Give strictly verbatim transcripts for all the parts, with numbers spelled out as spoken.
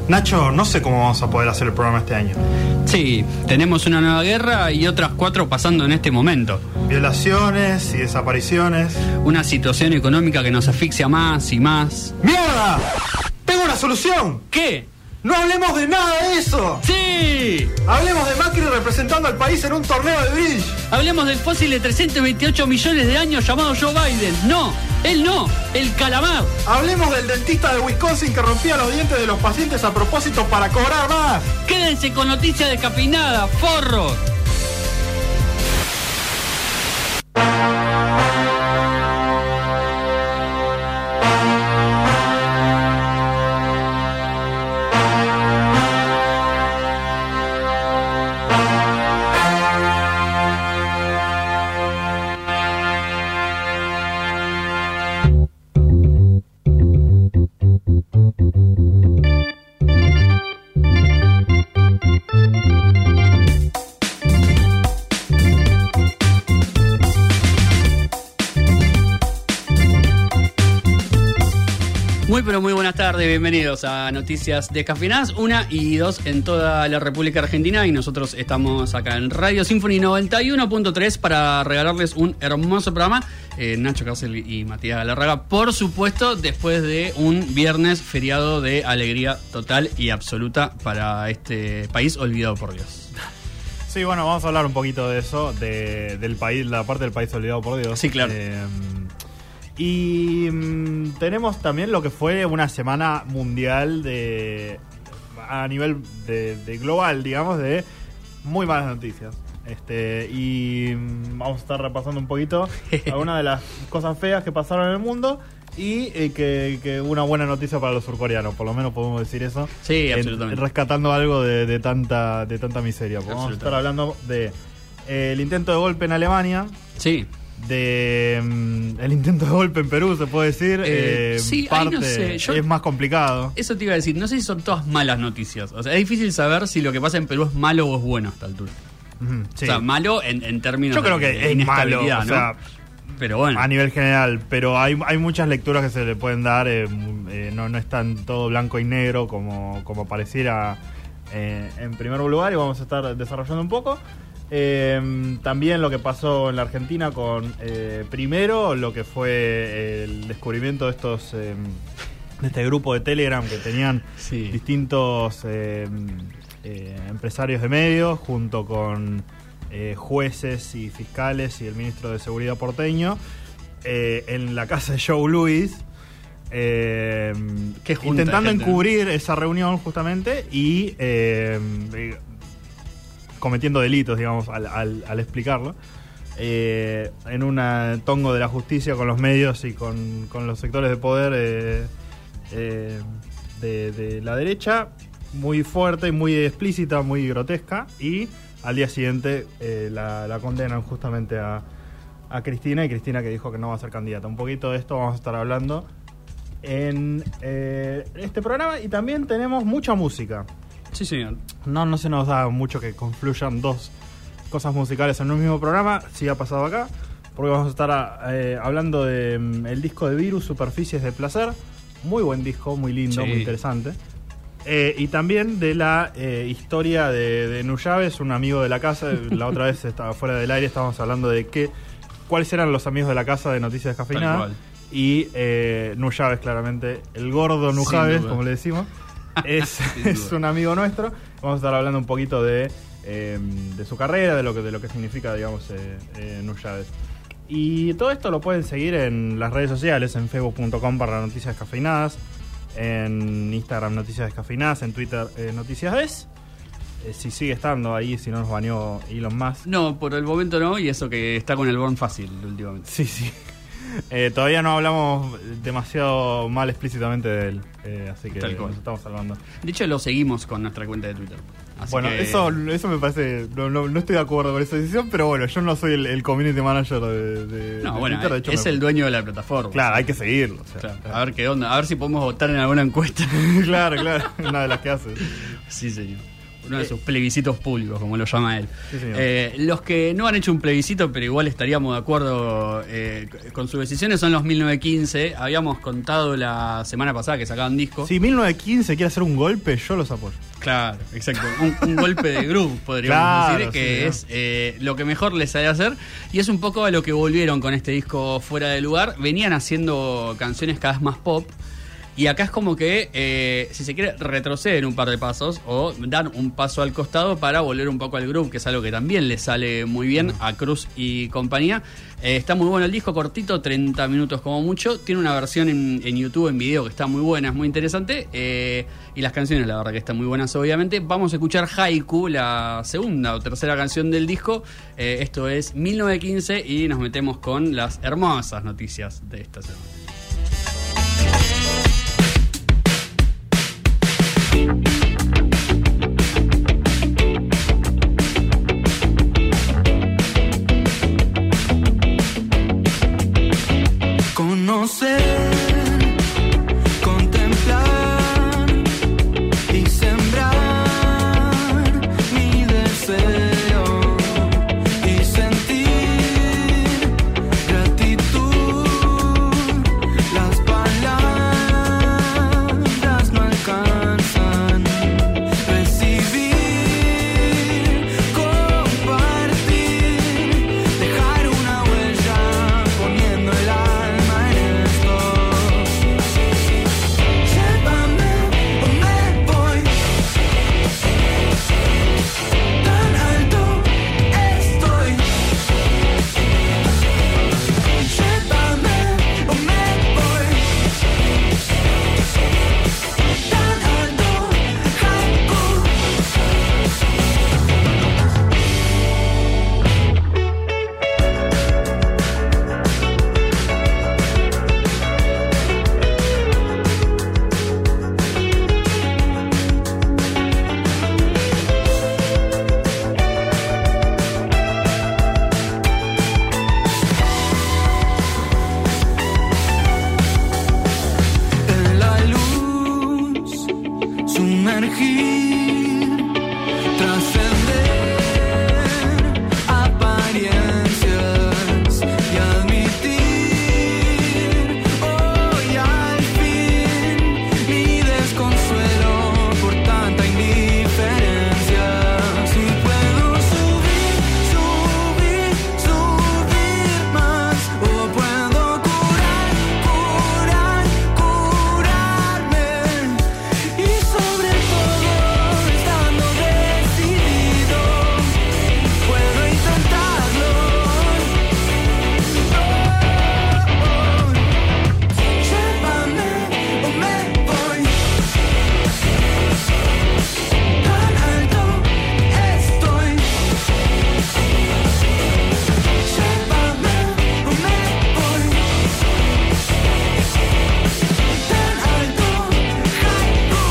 Nacho, no sé cómo vamos a poder hacer el programa este año. Sí, tenemos una nueva guerra y otras cuatro pasando en este momento. Violaciones y desapariciones. Una situación económica que nos asfixia más y más. ¡Mierda! ¡Tengo una solución! ¿Qué? ¡No hablemos de nada de eso! ¡Sí! Hablemos de Macri representando al país en un torneo de bridge. Hablemos del fósil de trescientos veintiocho millones de años llamado Joe Biden. No, él no, el calamar. Hablemos del dentista de Wisconsin que rompía los dientes de los pacientes a propósito para cobrar más. Quédense con noticias descafeinadas, forros. Muy pero muy buenas tardes, bienvenidos a Noticias Descafeinadas, una y dos en toda la República Argentina, y nosotros estamos acá en Radio Symphony noventa y uno punto tres para regalarles un hermoso programa. eh, Nacho Cárcel y Matías Galarraga, por supuesto, después de un viernes feriado de alegría total y absoluta para este país olvidado por Dios. Sí, bueno, vamos a hablar un poquito de eso, de, del país, la parte del país olvidado por Dios. Sí, claro. Eh, Y mmm, tenemos también lo que fue una semana mundial de a nivel de, de global, digamos, de muy malas noticias. Este y mmm, vamos a estar repasando un poquito algunas de las cosas feas que pasaron en el mundo y eh, que, que una buena noticia para los surcoreanos, por lo menos podemos decir eso. Sí, en, absolutamente. Rescatando algo de, de tanta de tanta miseria. Vamos a estar hablando de eh, el intento de golpe en Alemania. Sí. De um, el intento de golpe en Perú, se puede decir. Eh, eh, sí, parte ahí no sé, yo- es más complicado. Eso te iba a decir, no sé si son todas malas noticias. O sea, es difícil saber si lo que pasa en Perú es malo o es bueno a esta altura. Ujú, sí. O sea, malo en, en términos Yo creo de, que de es malo, inestabilidad, o ¿no? sea, Pero bueno. a nivel general, pero hay, hay muchas lecturas que se le pueden dar. eh, eh, no, no es tan todo blanco y negro como, como pareciera eh, en primer lugar, y vamos a estar desarrollando un poco. Eh, también lo que pasó en la Argentina con eh, primero lo que fue el descubrimiento de estos eh, de este grupo de Telegram que tenían Sí. distintos eh, eh, empresarios de medios junto con eh, jueces y fiscales y el ministro de Seguridad porteño eh, en la casa de Joe Louis. Eh, Qué junta intentando de gente, encubrir esa reunión justamente y eh, cometiendo delitos, digamos, al, al, al explicarlo, eh, en un tongo de la justicia con los medios y con, con los sectores de poder eh, eh, de, de la derecha, muy fuerte y muy explícita, muy grotesca, y al día siguiente eh, la, la condenan justamente a, a Cristina, y Cristina que dijo que no va a ser candidata. Un poquito de esto vamos a estar hablando en eh, este programa, y también tenemos mucha música. Sí, señor. No, no se nos da mucho que confluyan dos cosas musicales en un mismo programa. Sí ha pasado acá, porque vamos a estar eh, hablando de mm, el disco de Virus, Superficies de Placer. Muy buen disco, muy lindo, Sí. muy interesante. Eh, y también de la eh, historia de, de Nuyaves, un amigo de la casa. La otra vez estaba fuera del aire, estábamos hablando de qué, cuáles eran los amigos de la casa de Noticias Tal Descafeinadas. cual. Y eh, Nuyaves, claramente, el gordo Nujaves, duda. como le decimos. Es, Sin es duda. un amigo nuestro. Vamos a estar hablando un poquito de, eh, de su carrera, de lo que de lo que significa, digamos, eh, eh, Nuyaves. Y todo esto lo pueden seguir en las redes sociales, en facebook punto com barra noticias descafeinadas, en Instagram Noticias Descafeinadas, en Twitter eh, Noticias Des. Eh, si sigue estando ahí, si no nos baneó Elon Musk. No, por el momento no, y eso que está con el Born fácil últimamente. Sí, sí. Eh, todavía no hablamos demasiado mal explícitamente de él, eh, así que Tal cual. nos estamos salvando. De hecho, lo seguimos con nuestra cuenta de Twitter. Así Bueno, que- eso, eso me parece. No, no, no estoy de acuerdo con esa decisión, pero bueno, yo no soy el, el community manager de, de, No, de bueno, Twitter, de hecho es me- el dueño de la plataforma. Claro, hay que seguirlo. o sea, Claro, a ver qué onda, a ver si podemos votar en alguna encuesta. claro, claro, una de las que hace. Sí, señor. uno de sus plebiscitos públicos, como lo llama él. Sí, eh, los que no han hecho un plebiscito, pero igual estaríamos de acuerdo eh, con sus decisiones, son los mil novecientos quince. Habíamos contado la semana pasada que sacaban disco. Si mil novecientos quince quiere hacer un golpe, yo los apoyo. Claro, exacto. Un, un golpe de groove, podríamos claro, decir, que sí, es eh, lo que mejor les sale hacer. Y es un poco a lo que volvieron con este disco Fuera de Lugar. Venían haciendo canciones cada vez más pop. Y acá es como que, eh, si se quiere, retroceden un par de pasos o dan un paso al costado para volver un poco al groove, que es algo que también le sale muy bien a Cruz y compañía. Eh, está muy bueno el disco, cortito, treinta minutos como mucho. Tiene una versión en, en YouTube, en video, que está muy buena, es muy interesante. Eh, y las canciones, la verdad que están muy buenas, obviamente. Vamos a escuchar Haiku, la segunda o tercera canción del disco. Eh, esto es mil novecientos quince y nos metemos con las hermosas noticias de esta semana. Conocer, contemplar y sembrar mi deseo y sentir gratitud. Las palabras no alcanzan. Recibir, compartir, dejar una huella poniendo el alma en esto. Llévame o me voy. Tan alto estoy. Llévame o me voy. Tan alto, Haiku. En la luz, sumergir, trascender apariencias y admitir hoy al fin mi desconsuelo por tanta indiferencia. Si puedo subir, subir, subir más, o puedo curar, curar, curarme. Y sobre todo, estando decidido, puedo intentarlo. Llévame o me voy. Tan alto estoy. Llévame o me voy. Tan alto, Haiku.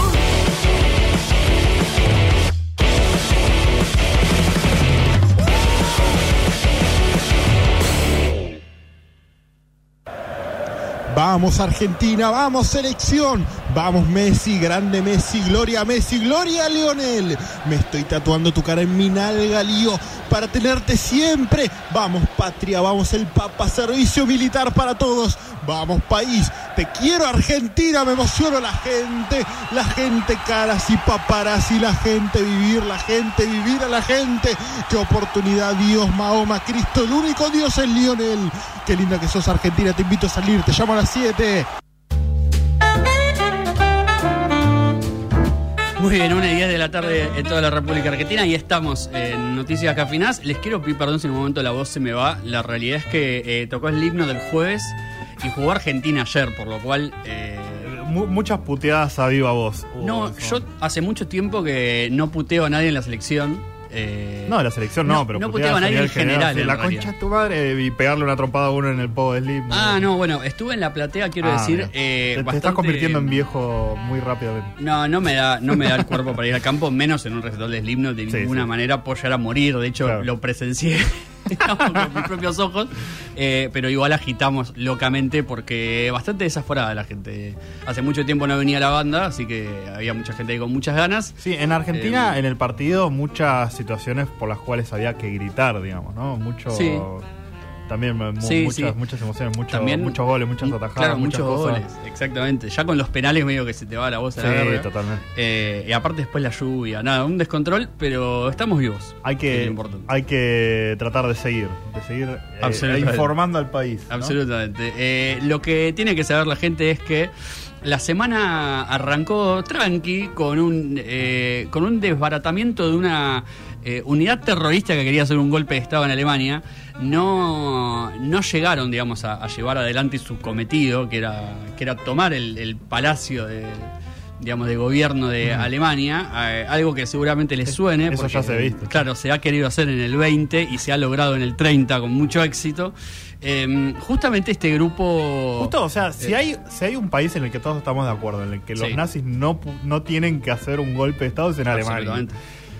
Vamos Argentina, vamos selección, vamos Messi, grande Messi, gloria a Messi, gloria a Lionel. Me estoy tatuando tu cara en mi nalga, Lío, para tenerte siempre. Vamos patria, vamos el Papa, servicio militar para todos. Vamos país, te quiero Argentina, me emociono la gente, la gente caras y paparazzi, la gente vivir, la gente vivir a la gente. Qué oportunidad, Dios, Mahoma, Cristo, el único Dios es Lionel. Qué linda que sos Argentina, te invito a salir, te llamo a las siete. Muy bien, una y diez de la tarde en toda la República Argentina y estamos en Noticias Cafeínas. Les quiero pedir perdón si en un momento la voz se me va. La realidad es que eh, tocó el himno del jueves y jugó Argentina ayer, por lo cual... Eh, Mu- muchas puteadas a viva voz. no, yo hace mucho tiempo que no puteo a nadie en la selección. Eh, No, la selección no, no, pero no puteadas puteaba a nadie en general, sí, en la realidad. concha de tu madre y pegarle una trompada a uno en el pogo de slip. Ah, no, bueno, estuve en la platea, quiero Ah, decir... mira. Eh, te, te bastante- estás convirtiendo en viejo muy rápidamente. No, no me da, no me da el cuerpo para ir al campo, menos en un recital de Slipknot de Sí, ninguna sí. manera, apoyar a morir. De hecho, Claro. lo presencié digamos, con mis propios ojos, eh, pero igual agitamos locamente porque bastante desaforada la gente. Hace mucho tiempo no venía la banda, así que había mucha gente ahí con muchas ganas. Sí, en Argentina, Eh, en el partido, muchas situaciones por las cuales había que gritar, digamos, ¿no? Mucho... Sí. También mu- Sí, muchas, sí. muchas emociones, mucho- También, muchos goles, muchas atajadas, claro, muchas muchos cosas. goles, exactamente. Ya con los penales medio que se te va la voz a la Sí, verga. totalmente. Eh, y aparte después la lluvia, nada, un descontrol, pero estamos vivos. Hay que es que, lo importante. hay que tratar de seguir, de seguir eh, Absolutamente. informando al país, ¿no? Absolutamente. Eh, lo que tiene que saber la gente es que la semana arrancó tranqui con un eh, con un desbaratamiento de una eh, unidad terrorista que quería hacer un golpe de Estado en Alemania. No, no llegaron, digamos, a, a llevar adelante su cometido, que era, que era tomar el, el palacio de, digamos, de gobierno de Ujú. Alemania, eh, algo que seguramente les suene. Eso ya se ha visto. Claro, se ha querido hacer en el veinte y se ha logrado en el treinta con mucho éxito. Eh, justamente este grupo... Justo, o sea, si Eh, hay si hay un país en el que todos estamos de acuerdo, en el que los Sí. nazis no, pu- no tienen que hacer un golpe de Estado, es en Alemania. Absolutamente.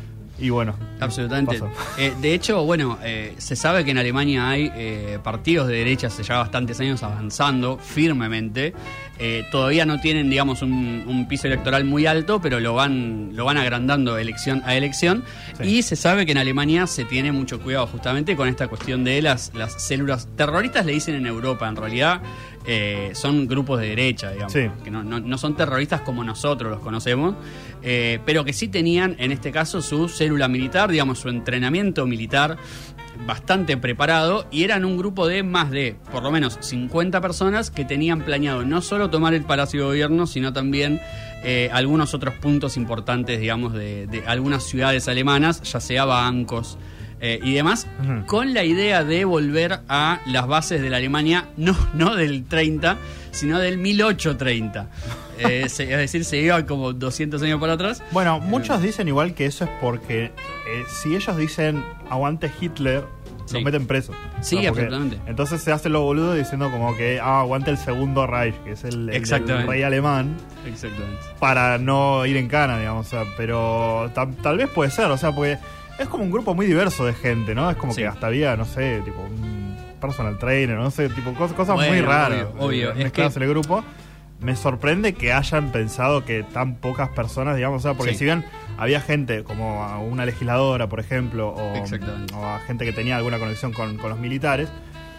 Y bueno, Absolutamente. pasó. Eh, de hecho, bueno, eh, se sabe que en Alemania hay eh, partidos de derecha hace ya bastantes años avanzando firmemente. Eh, todavía no tienen, digamos, un, un piso electoral muy alto, pero lo van, lo van agrandando elección a elección. Sí. Y se sabe que en Alemania se tiene mucho cuidado justamente con esta cuestión de las, las células terroristas, le dicen en Europa. En realidad eh, son grupos de derecha, digamos, Sí. que no, no, no son terroristas como nosotros los conocemos, eh, pero que sí tenían, en este caso, su célula militar, digamos, su entrenamiento militar bastante preparado, y eran un grupo de más de, por lo menos, cincuenta personas que tenían planeado no solo tomar el Palacio de Gobierno, sino también eh, algunos otros puntos importantes, digamos, de, de algunas ciudades alemanas, ya sea bancos eh, y demás, Ujú. con la idea de volver a las bases de la Alemania, no, no del treinta, sino del mil ochocientos treinta. Eh, se- es decir, se iba como doscientos años para atrás. Bueno, muchos dicen igual que eso es porque eh, si ellos dicen aguante Hitler, Sí. los meten presos. Sí, O sea, porque absolutamente. Entonces se hace lo boludo diciendo como que ah, aguante el segundo Reich, que es el, el, Exactamente. el rey alemán, Exactamente. para no ir en cana, digamos. O sea, pero ta- tal vez puede ser, o sea, porque es como un grupo muy diverso de gente, ¿no? Es como Sí. que hasta había, no sé, tipo un personal trainer, no sé, tipo cosas, cosas Bueno, muy raras. obvio, obvio. eh, Es mezcladas que- en el grupo. Me sorprende que hayan pensado que tan pocas personas, digamos, o sea, porque Sí. si bien había gente como a una legisladora, por ejemplo, o, Exactamente. o a gente que tenía alguna conexión con, con los militares,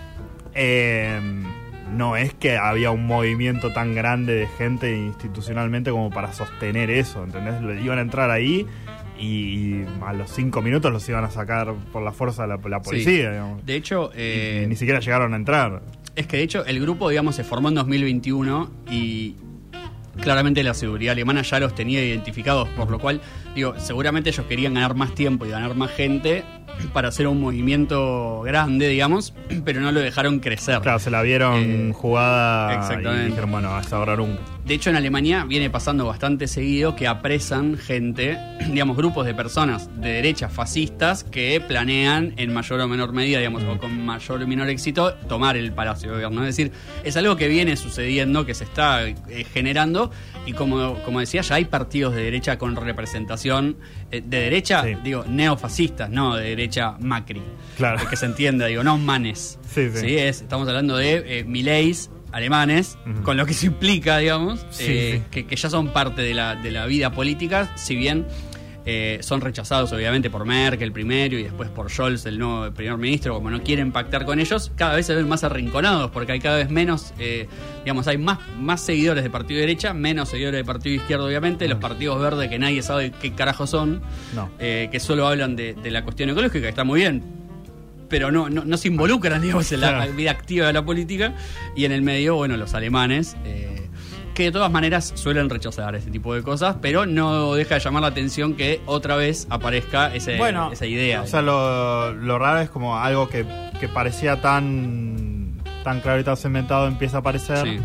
eh, no es que había un movimiento tan grande de gente institucionalmente como para sostener eso, ¿entendés? Le iban a entrar ahí y a los cinco minutos los iban a sacar por la fuerza la, la policía, digamos. De hecho, eh, Y ni siquiera llegaron a entrar. es que de hecho el grupo, digamos, se formó en dos mil veintiuno y claramente la seguridad alemana ya los tenía identificados, por lo cual, digo, seguramente ellos querían ganar más tiempo y ganar más gente para hacer un movimiento grande, digamos, pero no lo dejaron crecer. Claro, se la vieron Eh, jugada exactamente. y dijeron, bueno, hasta ahora nunca. De hecho, en Alemania viene pasando bastante seguido que apresan gente, digamos, grupos de personas de derecha fascistas que planean en mayor o menor medida, digamos, o con mayor o menor éxito, tomar el Palacio de Gobierno. Es decir, es algo que viene sucediendo, que se está eh, generando, y como, como decía, ya hay partidos de derecha con representación, eh, de derecha, Sí. digo, neofascistas, no de derecha Macri. Claro. Que se entienda, digo, no manes. Sí, sí. Es, estamos hablando de eh, Mileis alemanes, Ujú. con lo que eso implica, digamos, Sí, eh, sí. Que, que ya son parte de la, de la vida política, si bien eh, son rechazados obviamente por Merkel primero y después por Scholz, el nuevo primer ministro, como no quieren pactar con ellos, cada vez se ven más arrinconados, porque hay cada vez menos, eh, digamos, hay más, más seguidores de partido de derecha, menos seguidores de partido izquierdo, obviamente, los partidos verdes que nadie sabe qué carajo son, No. eh, que solo hablan de, de la cuestión ecológica, que está muy bien, pero no, no, no se involucran, digamos, en la Claro. vida activa de la política. Y en el medio, bueno, los alemanes, eh, que de todas maneras suelen rechazar ese tipo de cosas, pero no deja de llamar la atención que otra vez aparezca ese, Bueno, esa idea. O sea, lo, lo raro es como algo que, que parecía tan, tan claro y tan cementado empieza a aparecer. Sí.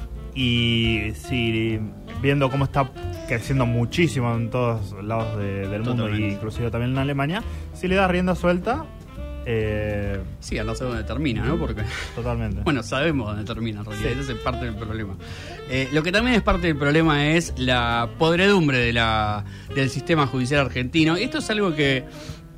Y si viendo cómo está creciendo muchísimo en todos lados de- del mundo, Totalmente. y inclusive también en Alemania, si le das rienda suelta, eh, Sí, a no sé dónde termina, ¿no? Porque, totalmente. bueno, sabemos dónde termina en realidad, Sí. ese es parte del problema. Eh, lo que también es parte del problema es la podredumbre de la, del sistema judicial argentino. Y esto es algo que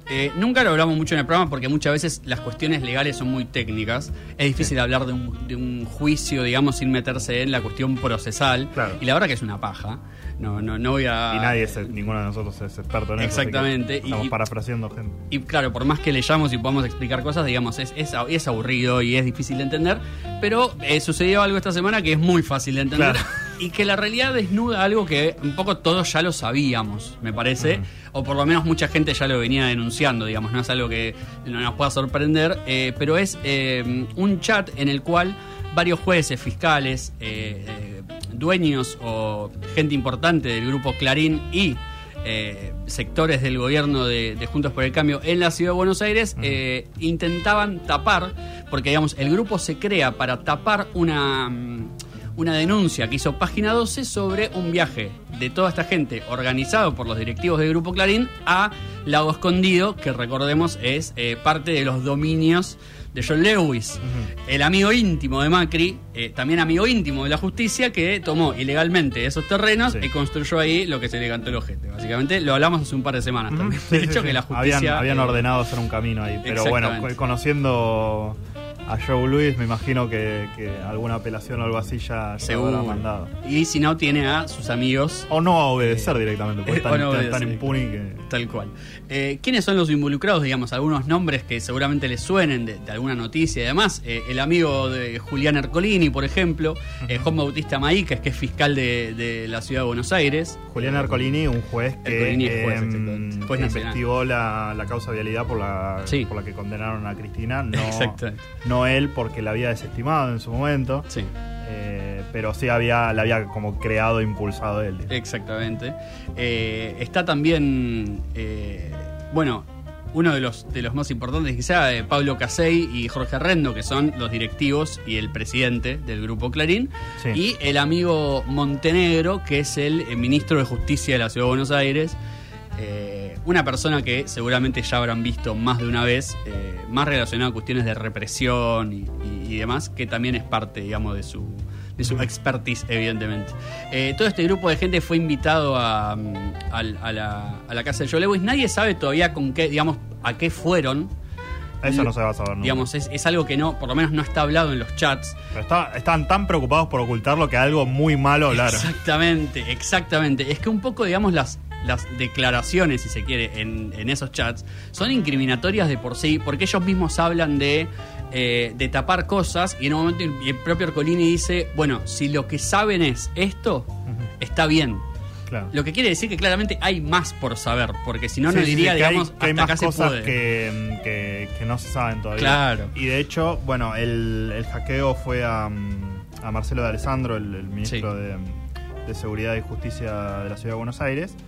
Eh, nunca lo hablamos mucho en el programa porque muchas veces las cuestiones legales son muy técnicas. Es difícil Sí. hablar de un, de un juicio, digamos, sin meterse en la cuestión procesal. Claro. Y la verdad que es una paja. No, no, no voy a... Y nadie, es, ninguno de nosotros es experto en eso. así que Exactamente. Estamos Y- parafraseando gente. Y claro, por más que leyamos y podamos explicar cosas, digamos, es, es, es aburrido y es difícil de entender. Pero eh, sucedió algo esta semana que es muy fácil de entender. Claro. Y que la realidad desnuda algo que un poco todos ya lo sabíamos, me parece. Ujú. O por lo menos mucha gente ya lo venía denunciando, digamos. No es algo que no nos pueda sorprender. eh, pero es eh, un chat en el cual varios jueces, fiscales, eh, eh, dueños o gente importante del grupo Clarín y eh, sectores del gobierno de, de Juntos por el Cambio en la Ciudad de Buenos Aires eh, intentaban tapar, porque digamos el grupo se crea para tapar una, mm, una denuncia que hizo Página doce sobre un viaje de toda esta gente organizado por los directivos del grupo Clarín a Lago Escondido, que recordemos es eh, parte de los dominios de John Lewis, Ujú. el amigo íntimo de Macri, eh, también amigo íntimo de la justicia, que tomó ilegalmente esos terrenos Sí. y construyó ahí lo que se le cantó el ojete. Básicamente lo hablamos hace un par de semanas Ujú. también. Sí, de sí, hecho, sí. que la justicia... Habían, habían eh, ordenado hacer un camino ahí. Pero bueno, Exactamente. co- conociendo a Joe Louis, me imagino que, que alguna apelación o algo así ya, ya Seguro. lo habrá mandado. Y si no, tiene a sus amigos. O no a obedecer directamente, porque eh, están o no tan, obedecer. tan impune que... Tal cual. Eh, ¿Quiénes son los involucrados? Digamos, algunos nombres que seguramente les suenen de, de alguna noticia y demás. Eh, el amigo de Julián Ercolini, por ejemplo. eh, Juan Bautista Maíca, que es fiscal de, de la Ciudad de Buenos Aires. Julián Ercolini, un juez que Ercolini es juez, em, exactamente. Juez nacional. investigó la, la causa vialidad por la, Sí. por la que condenaron a Cristina. No, Exactamente. no él, porque la había desestimado en su momento. Sí. Eh, pero sí había, la había como creado e impulsado él. digamos. Exactamente. Eh, está también, eh, bueno, uno de los, de los más importantes quizá, eh, Pablo Casey y Jorge Arrendo, que son los directivos y el presidente del Grupo Clarín. Sí. Y el amigo Montenegro, que es el, eh, ministro de Justicia de la Ciudad de Buenos Aires. Eh, una persona que seguramente ya habrán visto más de una vez, eh, más relacionada a cuestiones de represión y, y- y demás, que también es parte, digamos, de su, de su expertise, evidentemente. Eh, todo este grupo de gente fue invitado a, mm, al- a, la, a la casa de Joe Lewis. Nadie sabe todavía con qué, digamos, a qué fueron. Eso no se va a saber nunca. Digamos, es, es algo que no, por lo menos no está hablado en los chats. Pero está- estaban tan preocupados por ocultarlo que algo muy malo hablaron. Exactamente, exactamente. Es que un poco, digamos, las, las declaraciones, si se quiere, en, en esos chats son incriminatorias de por sí, porque ellos mismos hablan de, eh, de tapar cosas y en un momento el, el propio Ercolini dice, bueno, si lo que saben es esto, Ujú. está bien. Claro. Lo que quiere decir que claramente hay más por saber, porque si no, Sí, no sí, diría, sí, que hay- digamos, que hay, hasta acá más se cosas puede. que, que, que no se saben todavía. Claro. Y de hecho, bueno, el, el hackeo fue a, mm, a Marcelo de Alessandro, el, el ministro Sí. de, de Seguridad y Justicia de la Ciudad de Buenos Aires.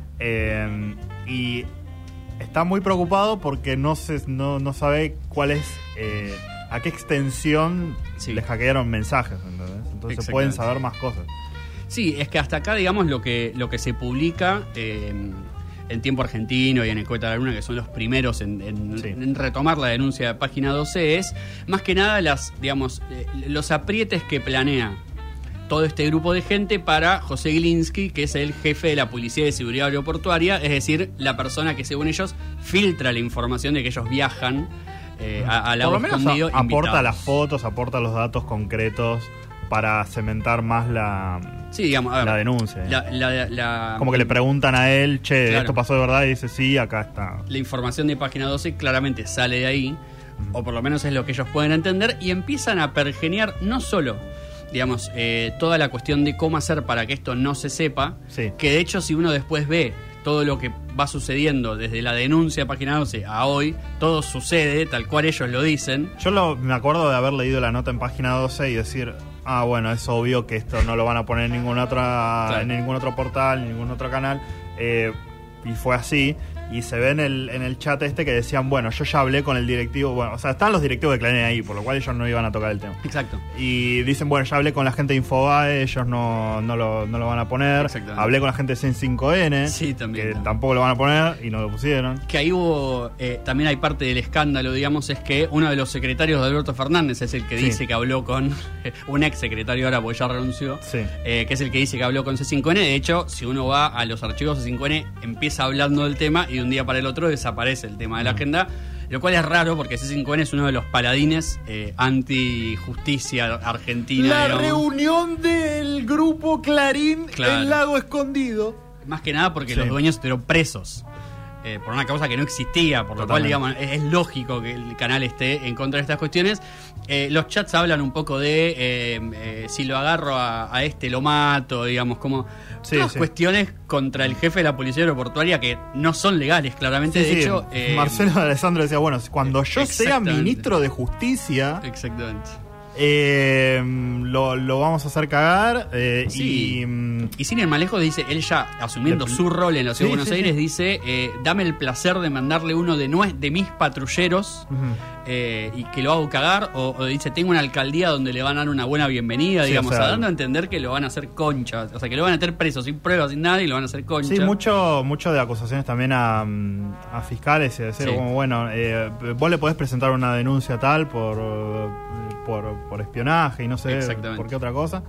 Eh, y está muy preocupado porque no se, no, no sabe cuál es, eh, a qué extensión Sí. le hackearon mensajes, ¿entendés? Entonces Exactamente. pueden saber más cosas. Sí, es que hasta acá, digamos, lo que, lo que se publica eh, en Tiempo Argentino y en Encuesta de la Luna, que son los primeros en, en- Sí. en retomar la denuncia de Página doce, es más que nada las, digamos, eh, los aprietes que planea todo este grupo de gente para José Glinsky, que es el jefe de la Policía de Seguridad Aeroportuaria, es decir, la persona que, según ellos, filtra la información de que ellos viajan eh, a, a Lago Por lo menos Escondido a- aporta invitados. las fotos, aporta los datos concretos para cementar más la, Sí, digamos, a ver, la denuncia. la- la- la- Como que le preguntan a él, che, Claro. esto pasó de verdad, y dice, sí, acá está. La información de Página doce claramente sale de ahí, o por lo menos es lo que ellos pueden entender, y empiezan a pergeniar no solo, digamos, eh, toda la cuestión de cómo hacer para que esto no se sepa, Sí. que de hecho si uno después ve todo lo que va sucediendo desde la denuncia de Página doce a hoy, todo sucede tal cual ellos lo dicen. Yo lo- me acuerdo de haber leído la nota en página doce y decir, ah, bueno, es obvio que esto no lo van a poner en ningún, otra, Claro. en ningún otro portal, en ningún otro canal. Eh, y fue así. Y se ve en el, en el chat este que decían, bueno, yo ya hablé con el directivo. Bueno, o sea, están los directivos de Clarín ahí, por lo cual ellos no iban a tocar el tema. Exacto. Y dicen, bueno, ya hablé con la gente de Infobae, ellos no, no, lo, no lo van a poner. Exactamente. Hablé con la gente de C N cinco N, Sí, también, que también. tampoco lo van a poner y no lo pusieron. Que ahí hubo, eh, también hay parte del escándalo, digamos, es que uno de los secretarios de Alberto Fernández es el que Sí. dice que habló con un ex secretario ahora, porque ya renunció, Sí. eh, que es el que dice que habló con C cinco N. De hecho, si uno va a los archivos C cinco N, empieza hablando del tema y de un día para el otro desaparece el tema de la agenda, lo cual es raro porque C cinco N es uno de los paladines eh, anti-justicia argentina. La digamos. reunión del grupo Clarín Claro. en Lago Escondido. Más que nada porque Sí. los dueños estuvieron presos eh, por una causa que no existía, por lo cual, Totalmente. digamos, es, es lógico que el canal esté en contra de estas cuestiones. Eh, los chats hablan un poco de eh, eh, si lo agarro a, a este lo mato, digamos, como Sí, todas sí. cuestiones contra el jefe de la policía aeroportuaria que no son legales, claramente. Sí, de sí. hecho, eh, Marcelo de Alessandro decía, bueno, cuando yo sea Exactamente. ministro de justicia, exactamente. eh, lo, lo vamos a hacer cagar. eh, Sí. Y mm, Y sin ir más lejos, dice, él ya asumiendo Le- su rol en la Ciudad Sí, de Buenos sí, Aires, sí. dice, eh, dame el placer de mandarle uno de, nue- de mis patrulleros ujú. eh, y que lo hago cagar, o, o dice, tengo una alcaldía donde le van a dar una buena bienvenida, Sí, digamos, o sea, o sea, dando a entender que lo van a hacer concha, o sea, que lo van a meter preso sin pruebas, sin nada, y lo van a hacer concha. Sí, mucho, mucho de acusaciones también a, mm, a fiscales y decir, Sí. como, bueno, eh, vos le podés presentar una denuncia tal por, eh, por, por espionaje y no sé Exactamente. por qué otra cosa.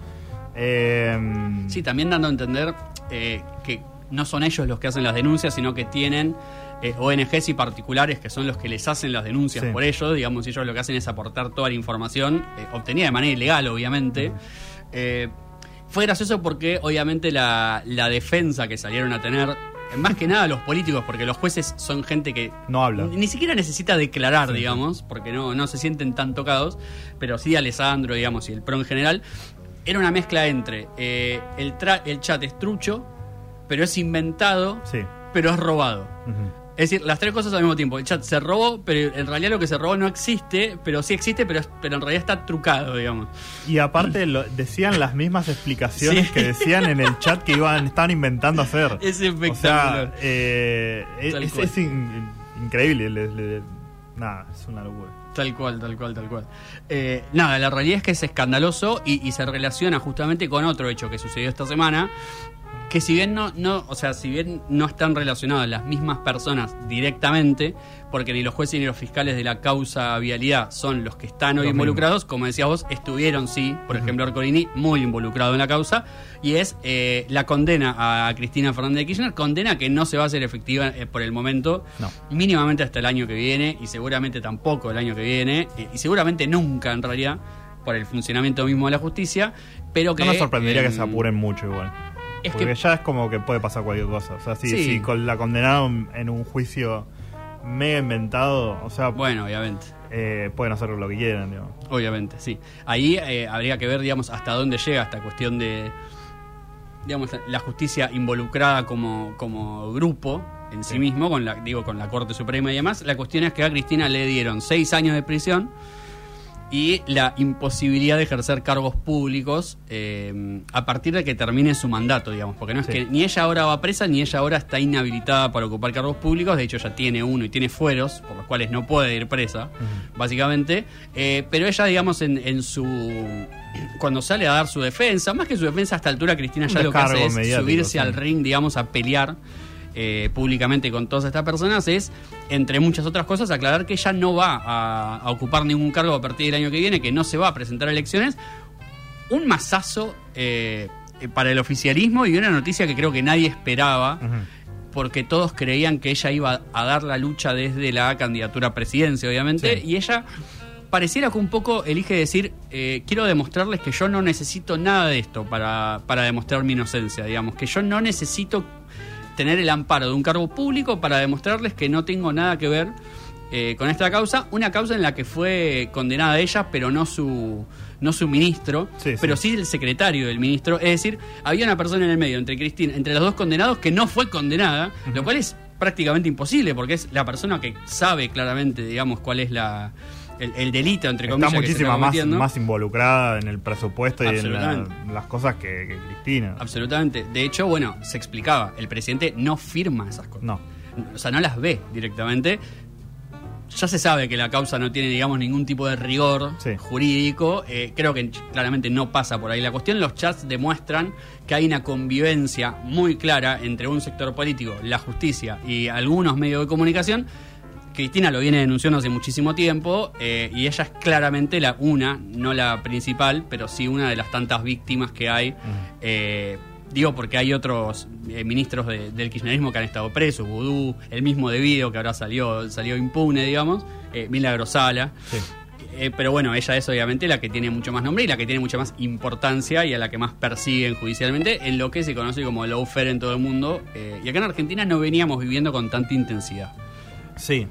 Eh, Sí, también dando a entender eh, que no son ellos los que hacen las denuncias, sino que tienen eh, O N Ges y particulares que son los que les hacen las denuncias Sí. por ellos. Digamos, ellos lo que hacen es aportar toda la información, eh, obtenida de manera ilegal, obviamente. Eh, fue gracioso porque, obviamente, la, la defensa que salieron a tener, eh, más que nada los políticos, porque los jueces son gente que No habla. ni siquiera necesita declarar, Sí, digamos, porque no, no se sienten tan tocados, pero sí Alessandro, digamos, y el PRO en general. Era una mezcla entre eh, el, tra- el chat es trucho, pero es inventado, sí. pero es robado. Ujú. Es decir, las tres cosas al mismo tiempo. El chat se robó, pero en realidad lo que se robó no existe, pero sí existe, pero, es- pero en realidad está trucado, digamos. Y aparte lo- decían las mismas explicaciones Sí. que decían en el chat que iban estaban inventando hacer. Es O sea, espectacular. eh, es, Tal es- cual. es in- increíble. le- le- nada, es una locura. Tal cual, tal cual, tal cual. Eh, nada, la realidad es que es escandaloso y, y se relaciona justamente con otro hecho que sucedió esta semana, que si bien no, no, o sea, si bien no están relacionadas las mismas personas directamente, porque ni los jueces ni los fiscales de la causa vialidad son los que están hoy Los involucrados, como decías vos, estuvieron, sí, por ejemplo, Arcorini, muy involucrado en la causa, y es eh, la condena a Cristina Fernández de Kirchner, condena que no se va a hacer efectiva eh, por el momento, No. mínimamente hasta el año que viene, y seguramente tampoco el año que viene, y, y seguramente nunca en realidad, por el funcionamiento mismo de la justicia, pero que... No me sorprendería eh, que se apuren mucho igual. es Porque que- ya es como que puede pasar cualquier cosa. O sea, si, Sí. si con la condenaron en un juicio mega inventado, o sea, Bueno, obviamente. eh, pueden hacer lo que quieran, digamos. Obviamente, sí. Ahí eh, habría que ver, digamos, hasta dónde llega esta cuestión de, digamos, la justicia involucrada como, como grupo en sí, Sí. mismo, con la, digo, con la Corte Suprema y demás. La cuestión es que a Cristina le dieron seis años de prisión y la imposibilidad de ejercer cargos públicos eh, a partir de que termine su mandato, digamos, porque no es Sí. que ni ella ahora va presa ni ella ahora está inhabilitada para ocupar cargos públicos. De hecho, ya tiene uno y tiene fueros por los cuales no puede ir presa, básicamente. Eh, pero ella, digamos, en, en su cuando sale a dar su defensa, más que su defensa a esta altura, Cristina Un ya lo que hace descargo es mediático, subirse sí. al ring, digamos, a pelear eh, públicamente con todas estas personas, es, entre muchas otras cosas, aclarar que ella no va a, a ocupar ningún cargo a partir del año que viene, que no se va a presentar a elecciones. Un mazazo eh, eh, para el oficialismo y una noticia que creo que nadie esperaba, Ujú. porque todos creían que ella iba a dar la lucha desde la candidatura a presidencia, obviamente, Sí. y ella pareciera que un poco elige decir, eh, quiero demostrarles que yo no necesito nada de esto para, para demostrar mi inocencia, digamos, que yo no necesito tener el amparo de un cargo público para demostrarles que no tengo nada que ver eh, con esta causa, una causa en la que fue condenada ella, pero no su no su ministro, Sí, sí. pero sí el secretario del ministro, es decir, había una persona en el medio entre Cristina, entre los dos condenados que no fue condenada, lo cual es prácticamente imposible porque es la persona que sabe claramente, digamos, cuál es la el, el delito, entre Está comillas, que se muchísima está más, cometiendo. más involucrada en el presupuesto y en la- Absolutamente. las cosas que, que Cristina. Absolutamente. De hecho, bueno, se explicaba, el presidente no firma esas cosas. No. O sea, no las ve directamente. Ya se sabe que la causa no tiene, digamos, ningún tipo de rigor Sí. jurídico. Eh, creo que claramente no pasa por ahí la cuestión. Los chats demuestran que hay una convivencia muy clara entre un sector político, la justicia y algunos medios de comunicación. Cristina lo viene denunciando hace muchísimo tiempo eh, y ella es claramente la una, no la principal, pero sí una de las tantas víctimas que hay. Eh, Digo porque hay otros eh, ministros de, del kirchnerismo que han estado presos, Vudú, el mismo De Vito que ahora salió, salió impune, digamos, eh, Milagros Sala. Sí. Eh, pero bueno, ella es obviamente la que tiene mucho más nombre y la que tiene mucha más importancia y a la que más persiguen judicialmente en lo que se conoce como lawfare en todo el mundo. Eh, y acá en Argentina no veníamos viviendo con tanta intensidad. Sí.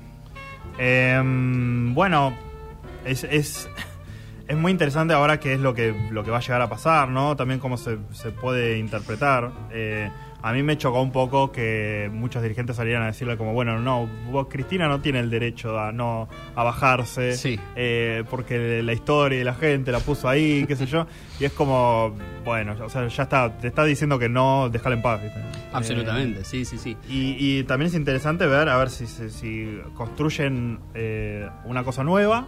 Eh, bueno, es, es, es muy interesante ahora qué es lo que, lo que va a llegar a pasar, ¿no? También cómo se, se puede interpretar. Eh, a mí me chocó un poco que muchos dirigentes salieran a decirle como, bueno, no, vos, Cristina no tiene el derecho a no a bajarse, Sí. eh, porque la historia y la gente la puso ahí, qué sé yo. Y es como, bueno, o sea, ya está, te está diciendo que no, déjala en paz, ¿viste? Absolutamente, Eh, sí, sí, sí. Y, y también es interesante ver, a ver si, si, si construyen eh, una cosa nueva.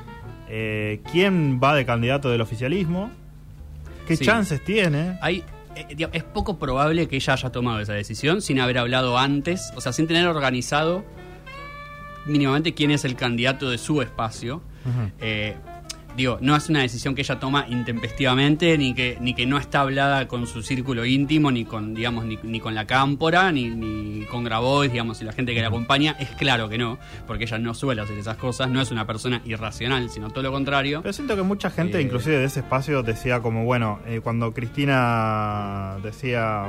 Eh, ¿Quién va de candidato del oficialismo? ¿Qué Sí. chances tiene? Hay, eh, digamos, es poco probable que ella haya tomado esa decisión sin haber hablado antes, o sea, sin tener organizado mínimamente quién es el candidato de su espacio. Ujú. Eh, digo, no es una decisión que ella toma intempestivamente, ni que, ni que no está hablada con su círculo íntimo, ni con, digamos, ni, ni con la cámpora, ni, ni con Grabois, digamos, y la gente que la acompaña. Es claro que no, porque ella no suele hacer esas cosas, no es una persona irracional, sino todo lo contrario. Pero siento que mucha gente, Eh, inclusive de ese espacio, decía como, bueno, eh, cuando Cristina decía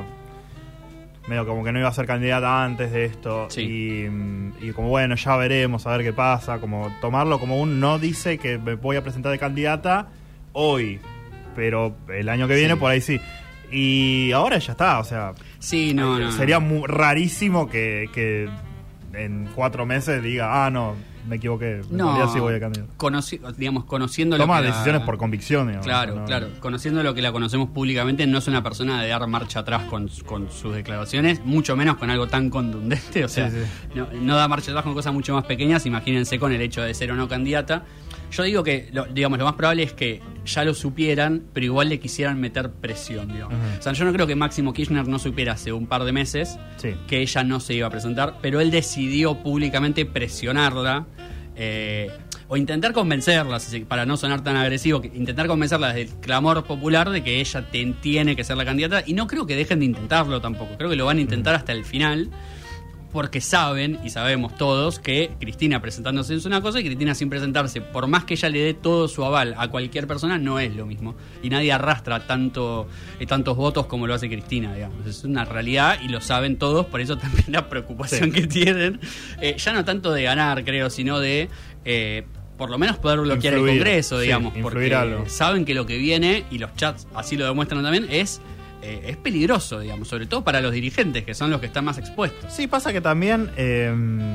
medio como que no iba a ser candidata antes de esto, Sí. y, mm, y como, bueno, ya veremos, a ver qué pasa, como tomarlo como un no dice que me voy a presentar de candidata hoy, pero el año que viene Sí. por ahí sí. Y ahora ya está, o sea, Sí, no, no. sería muy rarísimo que, que en cuatro meses diga, ah, no, me equivoqué, en No, realidad sí voy a candidato. conoci- digamos, conociendo lo Toma que la- decisiones por convicción, digamos. Claro, ¿no? claro. Conociendo lo que la conocemos públicamente, no es una persona de dar marcha atrás con, con sus declaraciones, mucho menos con algo tan contundente. O sea, Sí, sí. No, no da marcha atrás con cosas mucho más pequeñas. Imagínense con el hecho de ser o no candidata. Yo digo que, lo, digamos, lo más probable es que ya lo supieran, pero igual le quisieran meter presión, digamos. Ujú. O sea, yo no creo que Máximo Kirchner no supiera hace un par de meses Sí. que ella no se iba a presentar, pero él decidió públicamente presionarla. Eh, o intentar convencerla, si se- para no sonar tan agresivo, que intentar convencerla desde el clamor popular de que ella te- tiene que ser la candidata, y no creo que dejen de intentarlo tampoco, creo que lo van a intentar hasta el final, porque saben, y sabemos todos, que Cristina presentándose es una cosa y Cristina sin presentarse, por más que ella le dé todo su aval a cualquier persona, no es lo mismo. Y nadie arrastra tanto eh, tantos votos como lo hace Cristina, digamos. Es una realidad y lo saben todos, por eso también la preocupación Sí. que tienen, eh, ya no tanto de ganar, creo, sino de... Eh, por lo menos poder bloquear Influir, el Congreso, sí, digamos, influir porque algo. saben que lo que viene, y los chats así lo demuestran también, es... Eh, es peligroso, digamos, sobre todo para los dirigentes, que son los que están más expuestos. Sí, pasa que también, eh,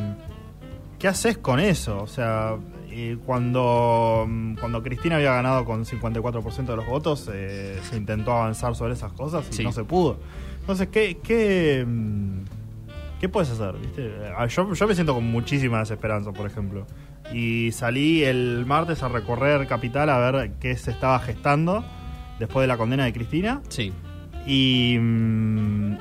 ¿qué haces con eso? O sea, y cuando, cuando Cristina había ganado con cincuenta y cuatro por ciento de los votos, eh, se intentó avanzar sobre esas cosas y Sí. no se pudo. Entonces, ¿qué, qué, mm, ¿qué puedes hacer? ¿Viste? Ah, Yo, yo me siento con muchísima desesperanza, por ejemplo. Y salí el martes a recorrer Capital a ver qué se estaba gestando después de la condena de Cristina. Sí. Y mm,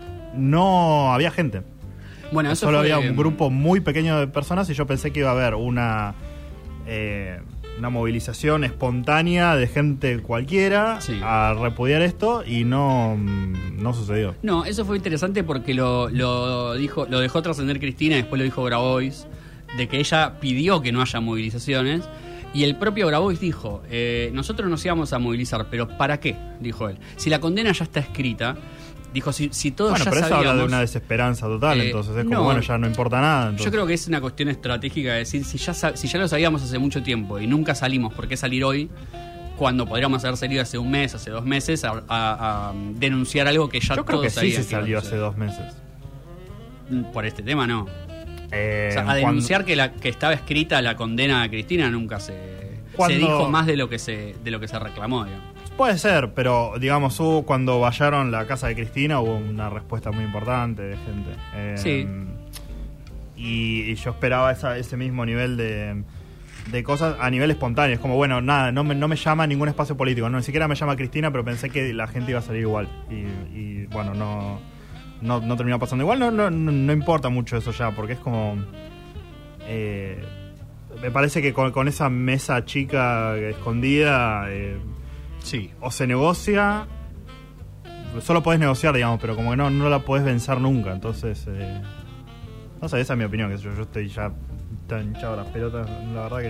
no había gente. Bueno, eso Solo fue- había un grupo muy pequeño de personas y yo pensé que iba a haber una eh, una movilización espontánea de gente cualquiera Sí. a repudiar esto y no, mm, no sucedió. No, eso fue interesante porque lo, lo dijo, lo dejó trascender Cristina, después lo dijo Grabois, de que ella pidió que no haya movilizaciones. Y el propio Grabois dijo, eh, nosotros nos íbamos a movilizar, pero ¿para qué? Dijo él. Si la condena ya está escrita, dijo, si, si todos Bueno, ya pero eso sabíamos... habla de una desesperanza total, Eh, entonces es como, no. bueno, ya no importa nada. Entonces. Yo creo que es una cuestión estratégica de decir, si ya, sab- si ya lo sabíamos hace mucho tiempo y nunca salimos, ¿por qué salir hoy? Cuando podríamos haber salido hace un mes, hace dos meses, a, a- a denunciar algo que ya Yo creo todos que sí sabían se que iba a salió hace suceder. dos meses. Por este tema, no. Eh, O sea, a cuando- denunciar que la que estaba escrita la condena a Cristina nunca se, Cuando- se dijo más de lo que se de lo que se reclamó, digamos. Puede ser, pero digamos, hubo, cuando vallaron la casa de Cristina hubo una respuesta muy importante de gente. Eh, Sí. Y, y yo esperaba esa- ese mismo nivel de, de cosas a nivel espontáneo. Es como, bueno, nada, no me, no me llama ningún espacio político. No, ni siquiera me llama Cristina, pero pensé que la gente iba a salir igual. Y, y, bueno, no, no, no terminó pasando igual. No, no, no, no importa mucho eso ya, porque es como... eh, me parece que con, con esa mesa chica escondida... eh, Sí. o se negocia solo podés negociar, digamos, pero como que no, no la podés vencer nunca. Entonces, eh, no sé, esa es mi opinión, que yo, yo estoy ya tan hinchado las pelotas, la verdad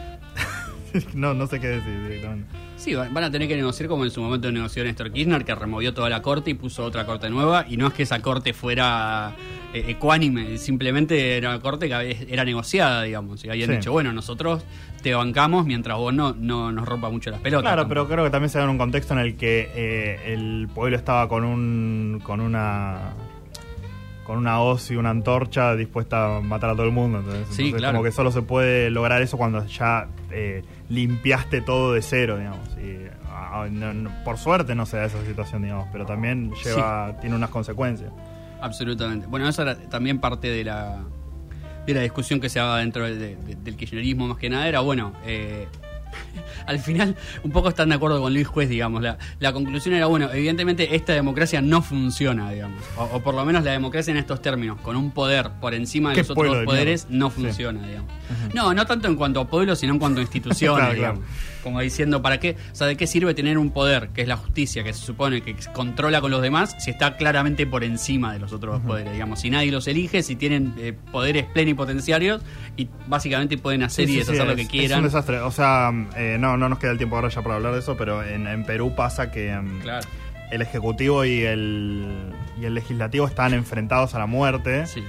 que no, no sé qué decir directamente. Sí, van a tener que negociar como en su momento negoció Néstor Kirchner, que removió toda la corte y puso otra corte nueva, y no es que esa corte fuera eh, ecuánime, simplemente era una corte que era negociada, digamos, y habían sí. dicho, bueno, nosotros te bancamos mientras vos no, no nos rompa mucho las pelotas. Claro, tampoco. pero creo que también se da en un contexto en el que eh, el pueblo estaba con un con una con una hoz y una antorcha dispuesta a matar a todo el mundo. Entonces, Sí, entonces claro. como que solo se puede lograr eso cuando ya eh, limpiaste todo de cero, digamos. Y, ah, no, no, por suerte no se da esa situación, digamos, pero también lleva tiene unas consecuencias. Absolutamente. Bueno, eso era también parte de la de la discusión que se daba dentro de, de, del kirchnerismo, más que nada, era, bueno, eh, al final un poco están de acuerdo con Luis Juez, digamos. La, la conclusión era, bueno, evidentemente esta democracia no funciona, digamos. O, o por lo menos la democracia en estos términos, con un poder por encima de ¿Qué los pueblo otros de poderes, mierda? no funciona, sí. digamos. Uh-huh. No, no tanto en cuanto a pueblo, sino en cuanto a instituciones, Claro, digamos. claro. Como diciendo, ¿para qué? O sea, ¿de qué sirve tener un poder, que es la justicia, que se supone que controla con los demás, si está claramente por encima de los otros uh-huh. poderes, digamos? Si nadie los elige, si tienen eh, poderes plenipotenciarios y básicamente pueden hacer Sí, y sí, deshacer sí, lo es, que quieran. Es un desastre. O sea, eh, no, no nos queda el tiempo ahora ya para hablar de eso, pero en, en Perú pasa que um, Claro. el Ejecutivo y el, y el Legislativo están enfrentados a la muerte. Sí.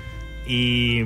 Y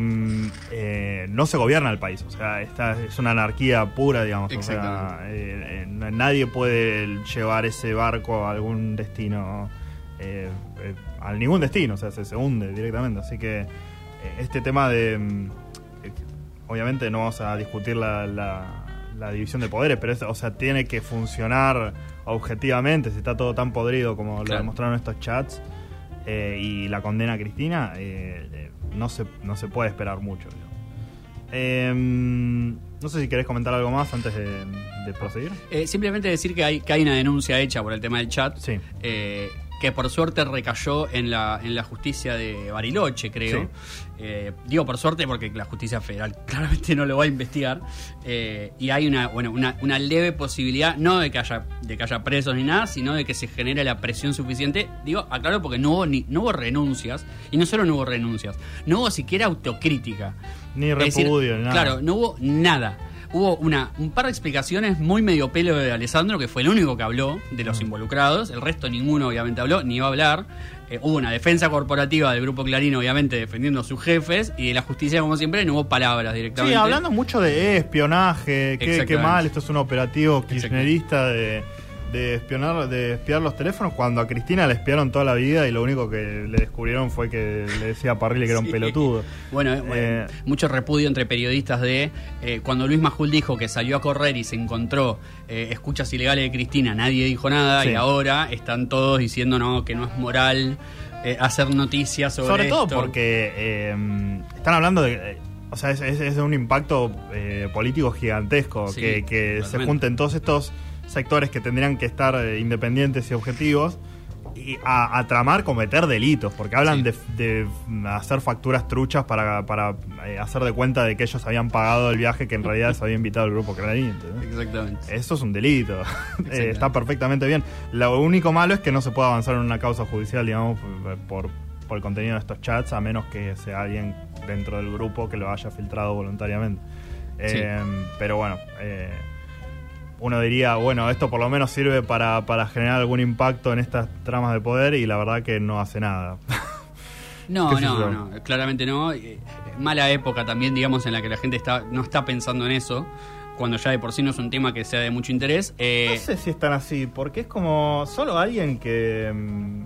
eh, no se gobierna el país, o sea, esta es una anarquía pura, digamos. O sea, eh, eh, nadie puede llevar ese barco a algún destino, eh, eh, a ningún destino, o sea, se, se hunde directamente. Así que eh, este tema de, eh, obviamente no vamos a discutir la, la, la división de poderes, pero es, o sea, tiene que funcionar objetivamente. Si está todo tan podrido como Claro. lo demostraron estos chats eh, y la condena a Cristina, eh, eh, no se no se puede esperar mucho. Eh, no sé si querés comentar algo más antes de, de proseguir. Eh, simplemente decir que hay, que hay una denuncia hecha por el tema del chat, Sí. eh, que por suerte recayó en la, en la justicia de Bariloche, creo. Sí. Eh, digo por suerte porque la justicia federal claramente no lo va a investigar. Eh, y hay una, bueno, una, una leve posibilidad, no de que haya, de que haya presos ni nada, sino de que se genere la presión suficiente. Digo, aclaro, porque no hubo ni, no hubo renuncias, y no solo no hubo renuncias, no hubo siquiera autocrítica. Ni Es decir, repudio, ni nada. Claro, no hubo nada. Hubo una, un par de explicaciones muy medio pelo de Alessandro, que fue el único que habló de los involucrados. El resto ninguno obviamente habló, ni iba a hablar. Eh, hubo una defensa corporativa del Grupo Clarín, obviamente defendiendo a sus jefes. Y de la justicia, como siempre, no hubo palabras directamente. Sí, hablando mucho de espionaje, qué, qué Exactamente. mal, esto es un operativo kirchnerista de, de espionar, de espiar los teléfonos, cuando a Cristina le espiaron toda la vida y lo único que le descubrieron fue que le decía a Parrilli que era un Sí. pelotudo. Bueno, eh, Eh, mucho repudio entre periodistas de eh, cuando Luis Majul dijo que salió a correr y se encontró eh, escuchas ilegales de Cristina, nadie dijo nada. Sí. Y ahora están todos diciendo no, que no es moral eh, hacer noticias sobre, Sobre todo esto. porque eh, están hablando de... eh, o sea, es, es- es de un impacto eh, político gigantesco, Sí, que, que se totalmente. junten todos estos sectores que tendrían que estar eh, independientes y objetivos y a, a tramar cometer delitos, porque hablan Sí. de, de hacer facturas truchas para, para eh, hacer de cuenta de que ellos habían pagado el viaje que en realidad se había invitado el grupo Clarín, ¿entendés? Exactamente. Eso es un delito. Eh, Exactamente. está perfectamente bien. Lo único malo es que no se puede avanzar en una causa judicial, digamos, por, por el contenido de estos chats, a menos que sea alguien dentro del grupo que lo haya filtrado voluntariamente. Eh, pero bueno, eh, uno diría, bueno, esto por lo menos sirve para, para generar algún impacto en estas tramas de poder, y la verdad que no hace nada. No, qué sé no, yo. no, claramente no. Eh, Mala época también, digamos, en la que la gente está no está pensando en eso, cuando ya de por sí no es un tema que sea de mucho interés. Eh, No sé si están así, porque es como solo alguien que mm,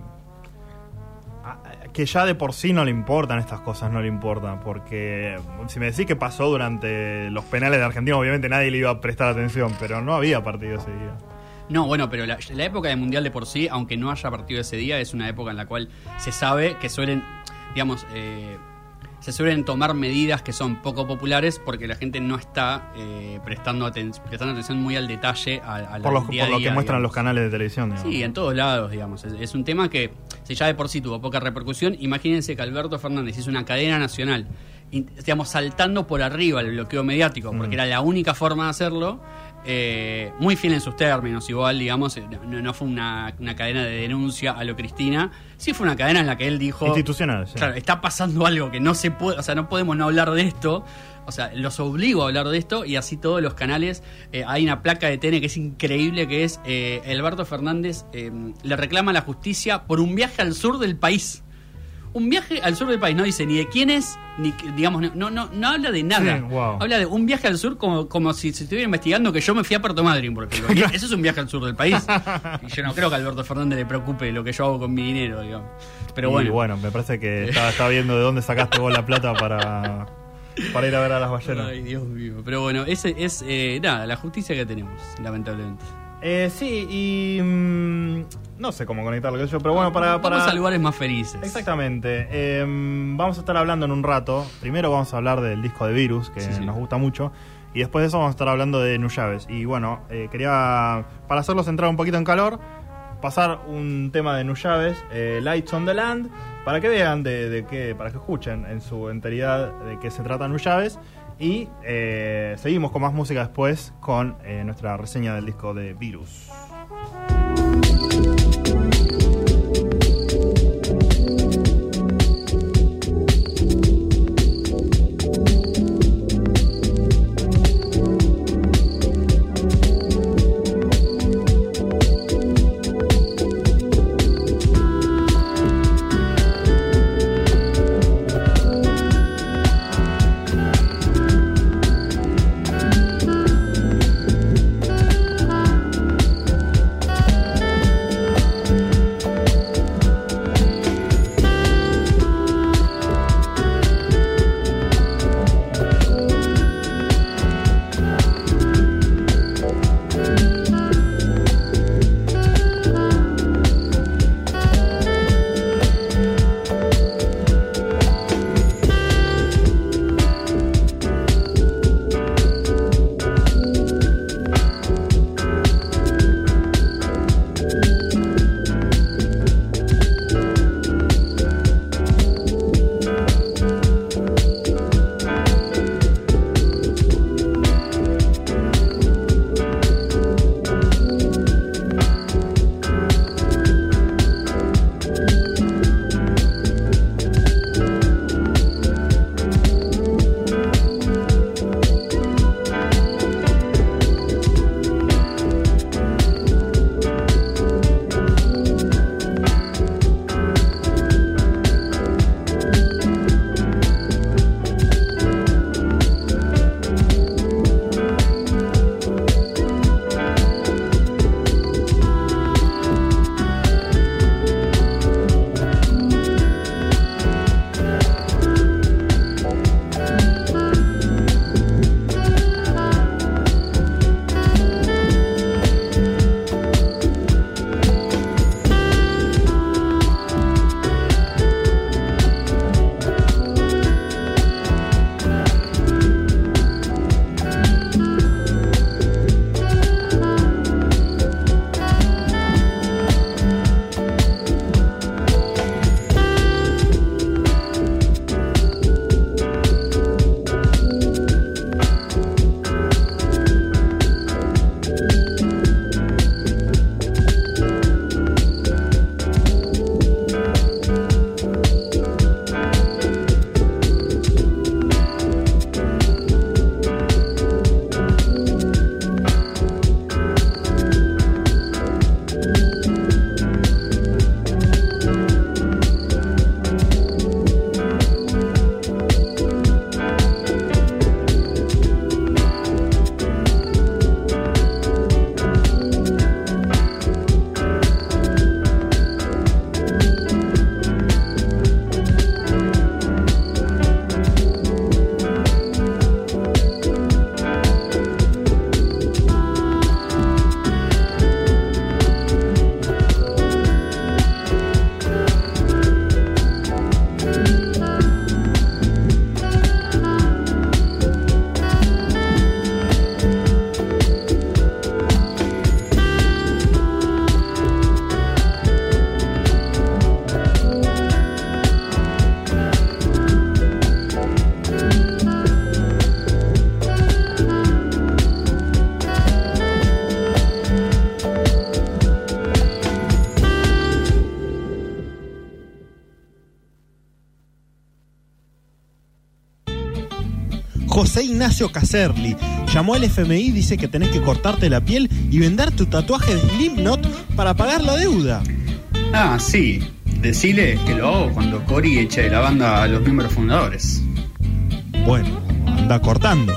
a- que ya de por sí no le importan estas cosas, no le importan, porque si me decís que pasó durante los penales de Argentina, obviamente nadie le iba a prestar atención, pero no había partido ese día. No, bueno, pero la, la época del Mundial de por sí, aunque no haya partido ese día, es una época en la cual se sabe que suelen, digamos, eh, se suelen tomar medidas que son poco populares porque la gente no está eh, prestando, aten prestando atención muy al detalle a, a la Por, los, día a por lo día, que muestran digamos. los canales de televisión, digamos. Sí, en todos lados, digamos. Es, es un tema que, si ya de por sí tuvo poca repercusión, imagínense que Alberto Fernández hizo una cadena nacional digamos, saltando por arriba el bloqueo mediático, porque mm. era la única forma de hacerlo. Eh, muy fiel en sus términos, igual, digamos, no, no fue una, una cadena de denuncia a lo Cristina, sí fue una cadena en la que él dijo, institucional, sí. Claro, está pasando algo que no se puede, o sea, no podemos no hablar de esto, o sea, los obligo a hablar de esto, y así todos los canales. Eh, hay una placa de T N que es increíble, que es eh, Alberto Fernández eh, le reclama a la justicia por un viaje al sur del país. Un viaje al sur del país, no dice ni de quién es, ni, digamos, no, no, no habla de nada. Sí, wow. Habla de un viaje al sur como, como si se estuviera investigando que yo me fui a Puerto Madryn, porque eso es un viaje al sur del país. Y yo no creo que a Alberto Fernández le preocupe lo que yo hago con mi dinero, digamos. Pero bueno. Y bueno, me parece que está, está viendo de dónde sacaste vos la plata para, para ir a ver a las ballenas. Ay, Dios mío. Pero bueno, ese es, eh, nada, la justicia que tenemos, lamentablemente. Eh, sí, y mmm, no sé cómo conectarlo, yo, pero bueno, para, para... Vamos a lugares más felices. Exactamente. Eh, vamos a estar hablando en un rato. Primero vamos a hablar del disco de Virus, que sí, sí. nos gusta mucho. Y después de eso vamos a estar hablando de Nuyaves. Y bueno, eh, quería, para hacerlos entrar un poquito en calor, pasar un tema de Nuyaves, eh, Lights on the Land, para que vean de, de qué, para que escuchen en su enteridad de qué se trata Nuyaves. Y eh, seguimos con más música después con eh, nuestra reseña del disco de Virus. José Ignacio Caserli. Llamó al F M I, dice que tenés que cortarte la piel y vender tu tatuaje de Slipknot para pagar la deuda. Ah, sí. Decile que lo hago cuando Cory eche de la banda a los miembros fundadores. Bueno, anda cortando.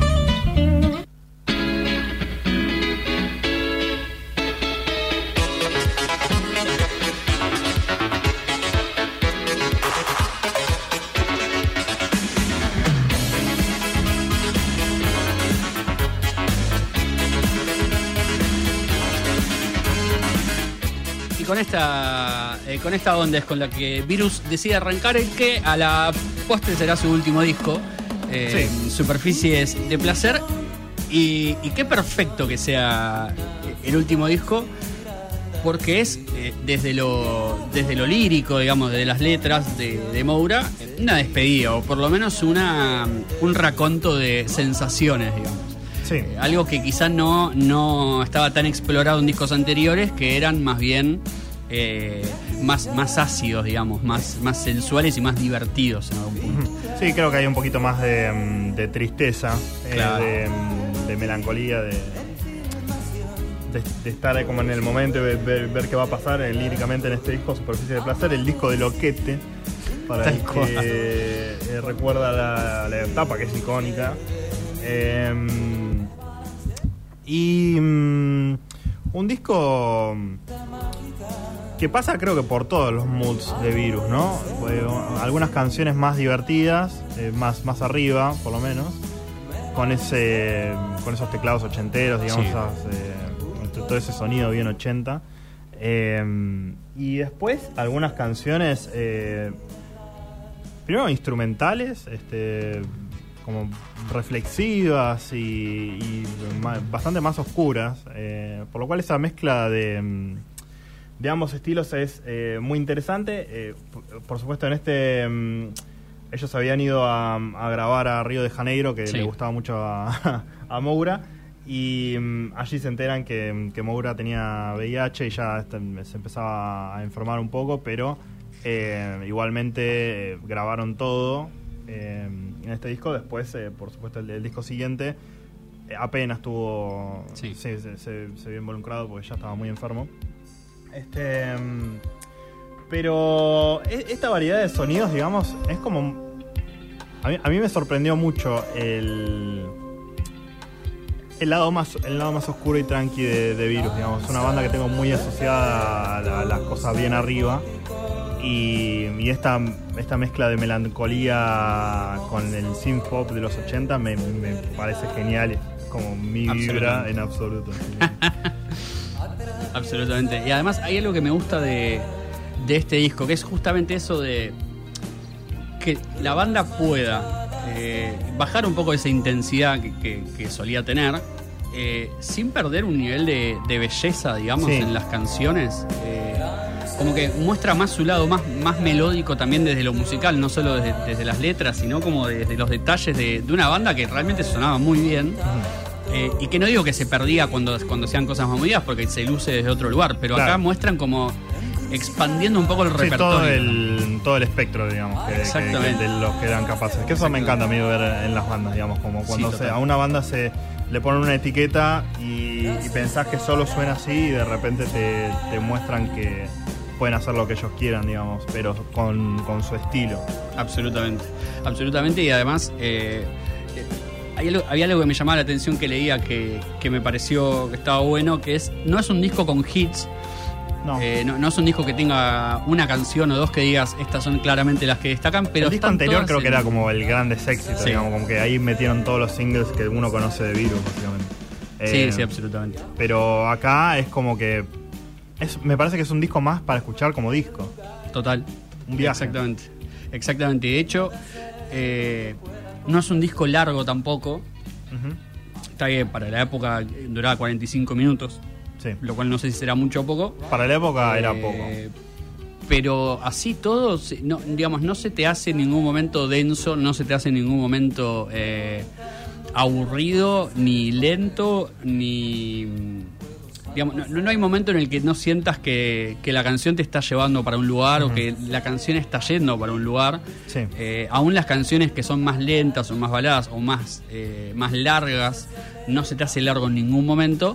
Con esta, eh, con esta onda es con la que Virus decide arrancar el que a la postre será su último disco, eh, sí. Superficies de Placer, y, y qué perfecto que sea el último disco, porque es eh, desde lo desde lo lírico, digamos, de las letras de, de Moura, una despedida, o por lo menos una un raconto de sensaciones, digamos. Sí. Eh, algo que quizás no, no estaba tan explorado en discos anteriores, que eran más bien eh, más, más ácidos, digamos, más, más sensuales y más divertidos en algún punto. Sí, creo que hay un poquito más de, de tristeza, claro. eh, de, de melancolía, de, de, de estar como en el momento y ver, ver qué va a pasar eh, líricamente en este disco, Superficie de Placer, el disco de Loquete, para el que eh, recuerda la, la etapa que es icónica. Eh, y um, un disco que pasa creo que por todos los moods de Virus, ¿no? Bueno, algunas canciones más divertidas, eh, más, más arriba por lo menos, con ese con esos teclados ochenteros, digamos, sí. esas, eh, todo ese sonido bien ochenta, eh, y después algunas canciones eh, primero instrumentales, este como reflexivas y, y más, bastante más oscuras, eh, por lo cual esa mezcla de, de ambos estilos es eh, muy interesante. Eh, por, por supuesto, en este um, ellos habían ido a, a grabar a Río de Janeiro, que sí. le gustaba mucho a, a Moura, y um, allí se enteran que, que Moura tenía V I H y ya este, se empezaba a enfermar un poco, pero eh, igualmente eh, grabaron todo Eh, en este disco. Después, eh, por supuesto, el, el disco siguiente eh, apenas tuvo sí. Sí, se, se, se vio involucrado porque ya estaba muy enfermo. Este, pero esta variedad de sonidos, digamos, es como a mí, a mí me sorprendió mucho el el lado más el lado más oscuro y tranqui de, de Virus, digamos. Es una banda que tengo muy asociada a, la, a las cosas bien arriba. Y, y esta, esta mezcla de melancolía con el synth pop de los ochenta me, me parece genial, es como mi vibra en absoluto. Absolutamente. Y además hay algo que me gusta de, de este disco, que es justamente eso de que la banda pueda eh, bajar un poco esa intensidad que, que, que solía tener, eh, sin perder un nivel de, de belleza, digamos, sí. en las canciones. Eh, como que muestra más su lado más, más melódico también desde lo musical, no solo desde, desde las letras, sino como desde los detalles de, de una banda que realmente sonaba muy bien. Uh-huh. eh, y que no digo que se perdía cuando, cuando sean cosas más movidas, porque se luce desde otro lugar, pero claro. acá muestran como expandiendo un poco el sí, repertorio. Todo el, todo el espectro, digamos, que, Exactamente. Que, que de los que eran capaces. Que eso me encanta a mí ver en las bandas, digamos, como cuando sí, se, a una banda se le ponen una etiqueta y, y pensás que solo suena así y de repente te, te muestran que pueden hacer lo que ellos quieran, digamos, pero con, con su estilo. Absolutamente, absolutamente. Y además eh, hay algo, había algo que me llamaba la atención que leía que, que me pareció que estaba bueno, que es, no es un disco con hits, no. Eh, no, no es un disco que tenga una canción o dos que digas, estas son claramente las que destacan, pero el disco anterior creo en... que era como el grandes éxitos, sí. digamos, como que ahí metieron todos los singles que uno conoce de Virus, básicamente. Sí, eh, sí, absolutamente. Pero acá es como que Es, me parece que es un disco más para escuchar como disco. Total. Un viaje. Exactamente. Exactamente. De hecho, eh, no es un disco largo tampoco. Uh-huh. Está bien, para la época duraba cuarenta y cinco minutos. Sí. Lo cual no sé si será mucho o poco. Para la época eh, era poco. Pero así todo, no, digamos, no se te hace en ningún momento denso, no se te hace en ningún momento eh, aburrido, ni lento, ni... digamos, no, no hay momento en el que no sientas que, que la canción te está llevando para un lugar, uh-huh, o que la canción está yendo para un lugar. Sí. Eh, aún las canciones que son más lentas o más baladas o más, eh, más largas, no se te hace largo en ningún momento.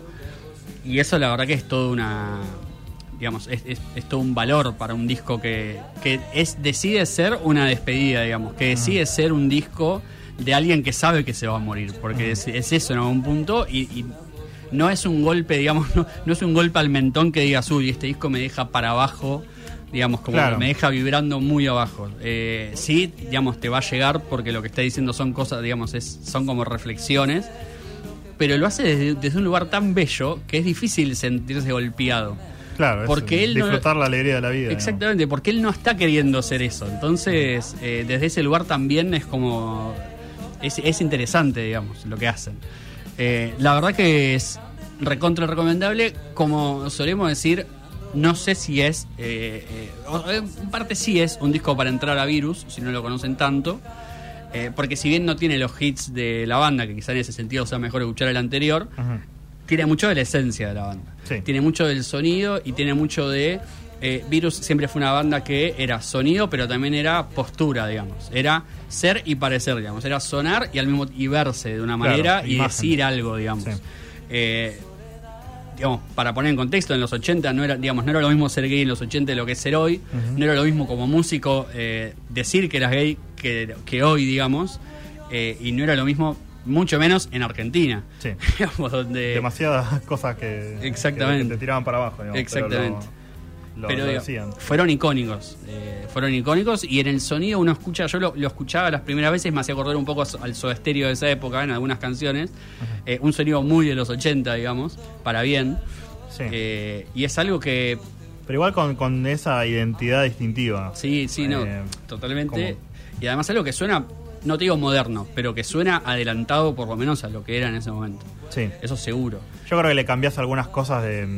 Y eso la verdad que es todo una... digamos, es, es, es todo un valor para un disco que, que es, decide ser una despedida, digamos, que decide uh-huh, ser un disco de alguien que sabe que se va a morir, porque uh-huh, es, es eso en algún punto, y, y no es un golpe, digamos, no, no es un golpe al mentón que digas, uy, este disco me deja para abajo, digamos, como claro, que me deja vibrando muy abajo. Eh, sí, digamos, te va a llegar porque lo que está diciendo son cosas, digamos, es, son como reflexiones, pero lo hace desde, desde un lugar tan bello que es difícil sentirse golpeado. Claro, porque es él disfrutar no, la alegría de la vida. Exactamente, ¿no? Porque él no está queriendo ser eso. Entonces, eh, desde ese lugar también es como... Es, es interesante, digamos, lo que hacen. Eh, la verdad que es recontra recomendable. Como solemos decir, no sé si es... Eh, eh, en parte sí es un disco para entrar a Virus, si no lo conocen tanto. Eh, porque si bien no tiene los hits de la banda, que quizá en ese sentido sea mejor escuchar el anterior... Uh-huh. Tiene mucho de la esencia de la banda. Sí. Tiene mucho del sonido y tiene mucho de... Eh, Virus siempre fue una banda que era sonido, pero también era postura, digamos. Era ser y parecer, digamos. Era sonar y al mismo y verse de una manera, claro, y imagen, decir algo, digamos. Sí. Eh, digamos, para poner en contexto, en los ochenta no era, digamos, no era lo mismo ser gay en los ochenta de lo que es ser hoy. Uh-huh. No era lo mismo como músico eh, decir que eras gay que, que hoy, digamos. Eh, y no era lo mismo... mucho menos en Argentina. Sí. Digamos, donde... demasiadas cosas que, exactamente, que te tiraban para abajo, digamos. Exactamente. Pero, lo, lo, pero lo digo, decían. Fueron icónicos. Eh, fueron icónicos y en el sonido uno escucha, yo lo, lo escuchaba las primeras veces, me hacía acordar un poco al Soda Stereo de esa época en algunas canciones. Uh-huh. Eh, un sonido muy de los ochenta, digamos, para bien. Sí. Eh, y es algo que... Pero igual con, con esa identidad distintiva. Sí, sí, eh, no, totalmente. Como... Y además algo que suena... No te digo moderno, pero que suena adelantado por lo menos a lo que era en ese momento. Sí. Eso seguro. Yo creo que le cambiás algunas cosas de,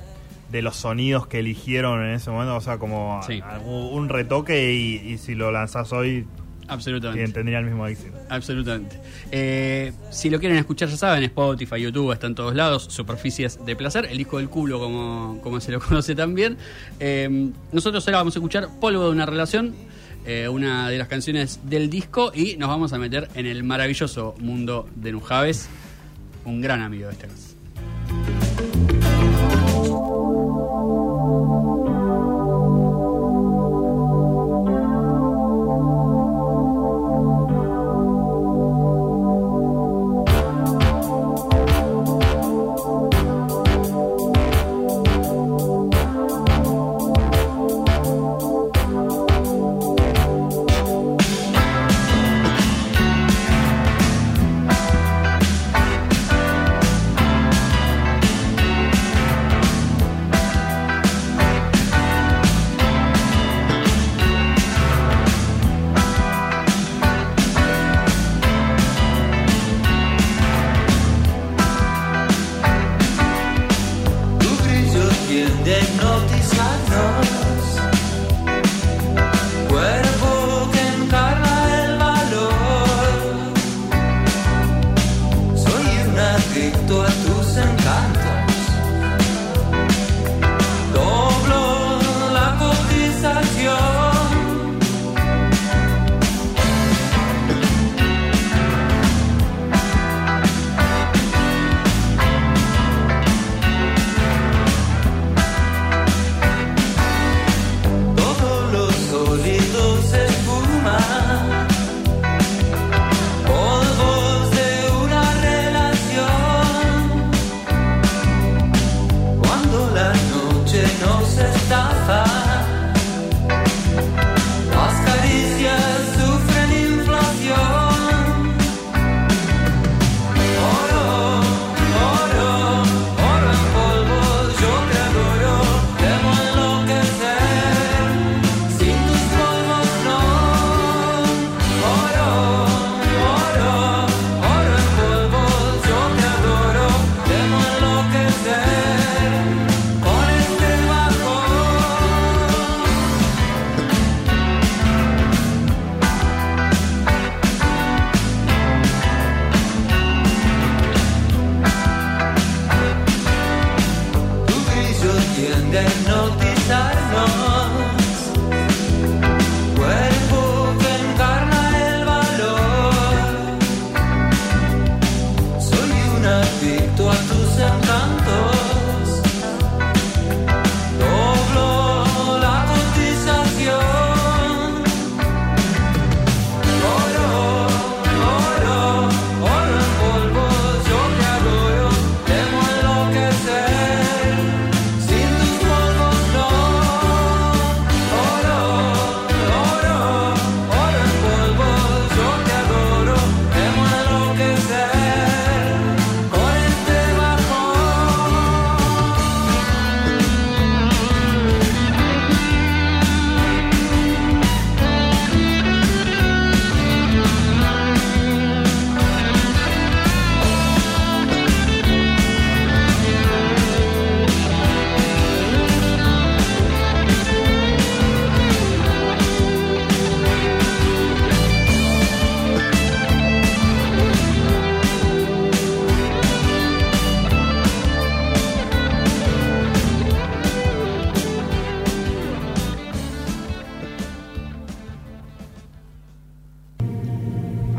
de los sonidos que eligieron en ese momento, o sea, como sí, un retoque y, y si lo lanzás hoy... Absolutamente. Tendría el mismo éxito. Absolutamente. Eh, si lo quieren escuchar, ya saben, Spotify, YouTube, está en todos lados. Superficies de placer, el disco del culo, como, como se lo conoce también. Eh, nosotros ahora vamos a escuchar Polvo de una relación, eh, una de las canciones del disco, y nos vamos a meter en el maravilloso mundo de Nujaves, un gran amigo de esta casa.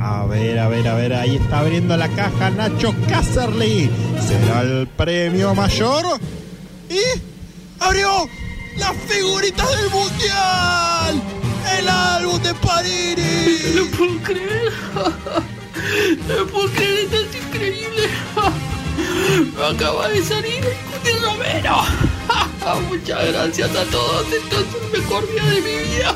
A ver, a ver, a ver, ahí está abriendo la caja Nacho Casserly. ¿Será el premio mayor? Y abrió las figuritas del Mundial. El álbum de Panini. No lo puedo creer. No lo puedo creer, esto es increíble. Acaba de salir el Cuti Romero. Muchas gracias a todos. Esto es el mejor día de mi vida.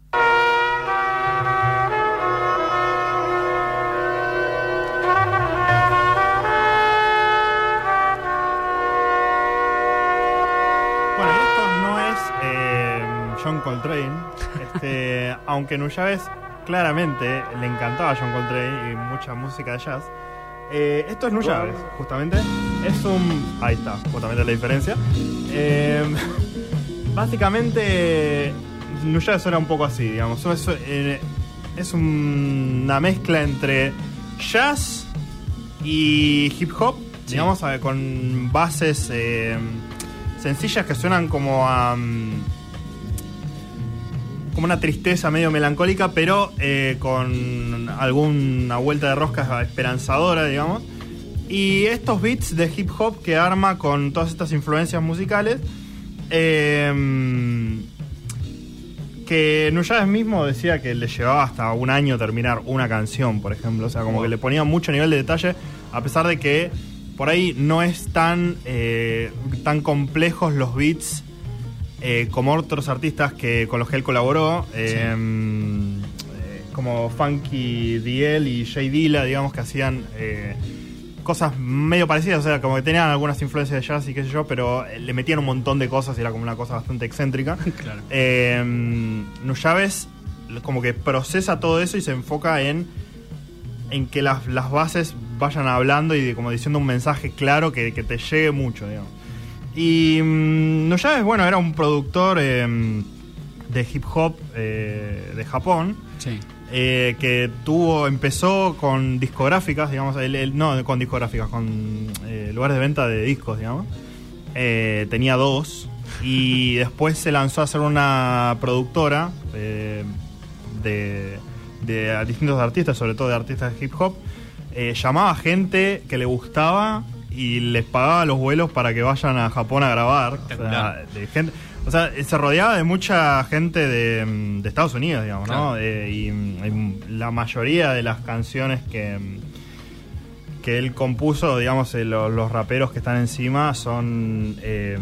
Bueno, y esto no es eh, John Coltrane, este, aunque Nuyabes claramente le encantaba a John Coltrane y mucha música de jazz. Eh, esto es Nuyabes, justamente. Es un... Ahí está, justamente la diferencia. Eh, básicamente, Nuyabes suena un poco así, digamos. Es, eh, es un- una mezcla entre jazz y hip hop, Sí. digamos, eh, con bases eh, sencillas que suenan como a... mm, como una tristeza medio melancólica, pero eh, con alguna vuelta de rosca esperanzadora, digamos. Y estos beats de hip hop que arma con todas estas influencias musicales, eh, que Nuyabes mismo decía que le llevaba hasta un año terminar una canción, por ejemplo. O sea, como que le ponía mucho nivel de detalle, a pesar de que por ahí no es tan, eh, tan complejos los beats eh, como otros artistas que, con los que él colaboró, eh, eh, como Funky D L y Jay Dilla, digamos, que hacían eh, cosas medio parecidas, o sea, como que tenían algunas influencias de jazz y qué sé yo, pero le metían un montón de cosas y era como una cosa bastante excéntrica. Claro. Eh, Nuyabes como que procesa todo eso y se enfoca en, en que las, las bases vayan hablando y de, como diciendo un mensaje claro que, que te llegue mucho, digamos. Y um, Nuyabes, bueno, era un productor eh, de hip hop eh, de Japón. Sí. Eh, que tuvo, empezó con discográficas, digamos, él, él- no con discográficas, con eh, lugares de venta de discos, digamos. Eh, tenía dos y después se lanzó a ser una productora eh, de, de a distintos artistas, sobre todo de artistas de hip hop. Eh, llamaba gente que le gustaba y les pagaba los vuelos para que vayan a Japón a grabar. O sea, Espectacular. de gente, o sea, se rodeaba de mucha gente de, mm, de Estados Unidos, digamos, ¿no? Claro. Eh, y, mm, y la mayoría de las canciones que, mm, que él compuso, digamos, eh, lo- los raperos que están encima son, eh,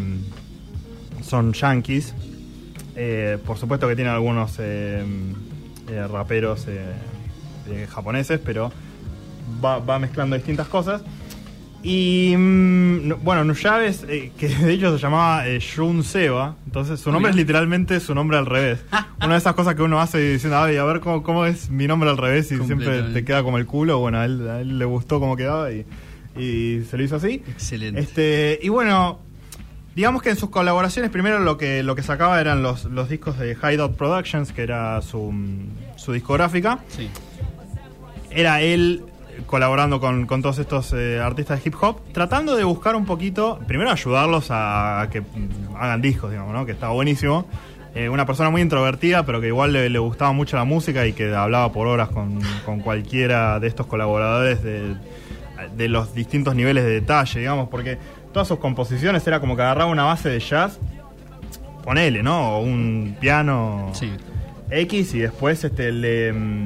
son yankees. Eh, por supuesto que tiene algunos eh, eh, raperos eh, eh, japoneses, pero va, va mezclando distintas cosas. Y mm, no- bueno, Nuyabes, eh, que de hecho se llamaba eh, Shun Seba, entonces su nombre es literalmente su nombre al revés. Una de esas cosas que uno hace diciendo, "Ay, a ver cómo, cómo es mi nombre al revés", y siempre Completamente. te queda como el culo. Bueno, a él, a él le gustó cómo quedaba y, y se lo hizo así. Excelente. Este, y bueno, digamos que en sus colaboraciones primero lo que, lo que sacaba eran los, los discos de Hideout Productions, que era su, su discográfica. Sí. Era él colaborando con, con todos estos eh, artistas de hip hop, tratando de buscar un poquito, primero ayudarlos a, a que mm, hagan discos, digamos, ¿no? Que estaba buenísimo. Eh, una persona muy introvertida, pero que igual le, le gustaba mucho la música y que hablaba por horas con, con cualquiera de estos colaboradores de, de los distintos niveles de detalle, digamos, porque todas sus composiciones era como que agarraba una base de jazz, ponele, ¿no? O un piano Sí. X y después este le mm,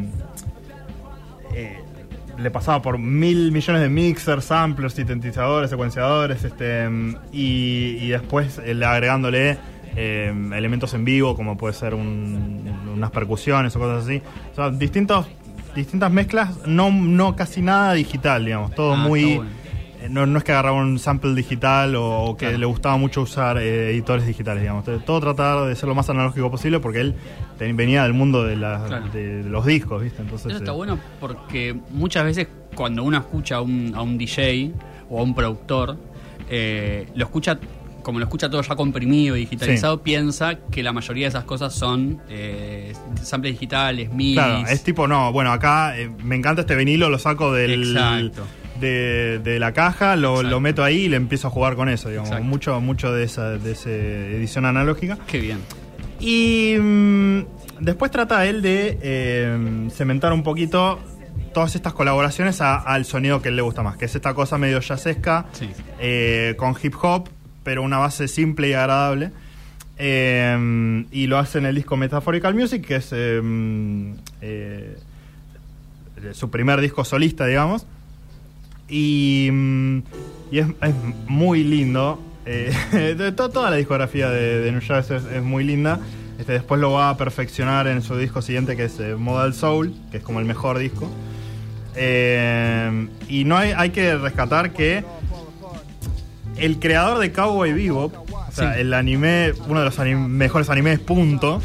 eh, le pasaba por mil millones de mixers, samplers, sintetizadores, secuenciadores, este mm, y, y después eh, le agregándole eh, elementos en vivo como puede ser un- unas percusiones o cosas así. O sea, distintos distintas mezclas, no no casi nada digital, digamos, todo Ah, muy está bueno. eh, No, no es que agarraba un sample digital o, o que Claro. le gustaba mucho usar eh, editores digitales, digamos. Entonces, todo tratar de ser lo más analógico posible porque él ten- venía del mundo de, la- Claro. de, de los discos, ¿viste? Entonces, Eso está eh, bueno porque muchas veces cuando uno escucha a un, a un D J o a un productor, eh, lo escucha, como lo escucha todo ya comprimido y digitalizado, Sí. piensa que la mayoría de esas cosas son eh, samples digitales, M I Dis. Claro, es tipo, no, bueno, acá eh, me encanta este vinilo, lo saco del Exacto. de, de la caja, lo, Exacto. lo meto ahí y le empiezo a jugar con eso, digamos. Exacto. Mucho, mucho de esa, de esa edición analógica. Qué bien. Y mm, después trata él de eh, cementar un poquito todas estas colaboraciones a, al sonido que él le gusta más, que es esta cosa medio jazzesca, Sí. eh, con hip hop, pero una base simple y agradable. Eh, y lo hace en el disco Metaphorical Music, que es eh, eh, su primer disco solista, digamos. Y, y es, es muy lindo. Eh, de to, toda la discografía de, de Nujabes es, es muy linda. Este, después lo va a perfeccionar en su disco siguiente, que es eh, Modal Soul, que es como el mejor disco. Eh, y no hay, hay que rescatar que el creador de Cowboy Bebop, o sea, Sí. el anime, uno de los anim- mejores animes, punto,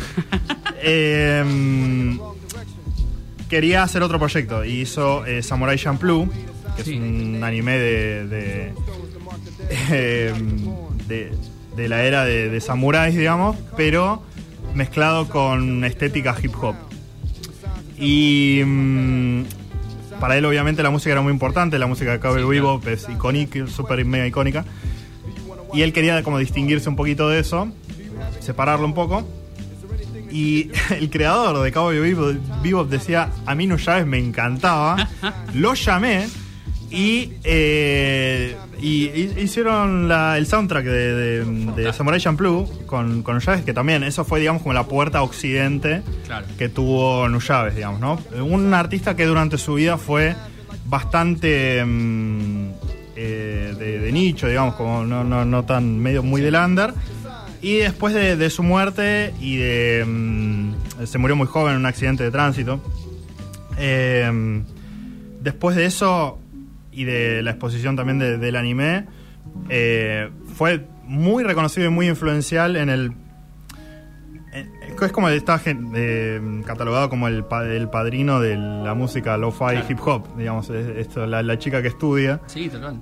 eh, quería hacer otro proyecto y hizo eh, Samurai Champloo, que Sí. es un anime de de, eh, de, de la era de, de samuráis, digamos, pero mezclado con estética hip hop. Y mm, para él obviamente la música era muy importante, la música de Cowboy Sí, Bebop es icónica, súper mega icónica. Y él quería como distinguirse un poquito de eso, separarlo un poco. Y el creador de Cowboy Bebop, Bebop decía, a mí Nujabes me encantaba, lo llamé y, eh, y, y hicieron la, el soundtrack de, de, de Samurai Champloo con, con Nujabes, que también eso fue, digamos, como la puerta a occidente Claro. que tuvo Nujabes, digamos, ¿no? Un artista que durante su vida fue bastante mm, eh, de, de nicho, digamos, como no, no, no tan medio muy del under. Y después de, de su muerte y de mm, se murió muy joven en un accidente de tránsito. Eh, después de eso y de la exposición también de, del anime, eh, fue muy reconocido y muy influencial en el... en- es como está gen- eh, catalogado como el, pa- el padrino de la música lo-fi Claro. hip hop, digamos, es- esto, la, la chica que estudia. Sí, total.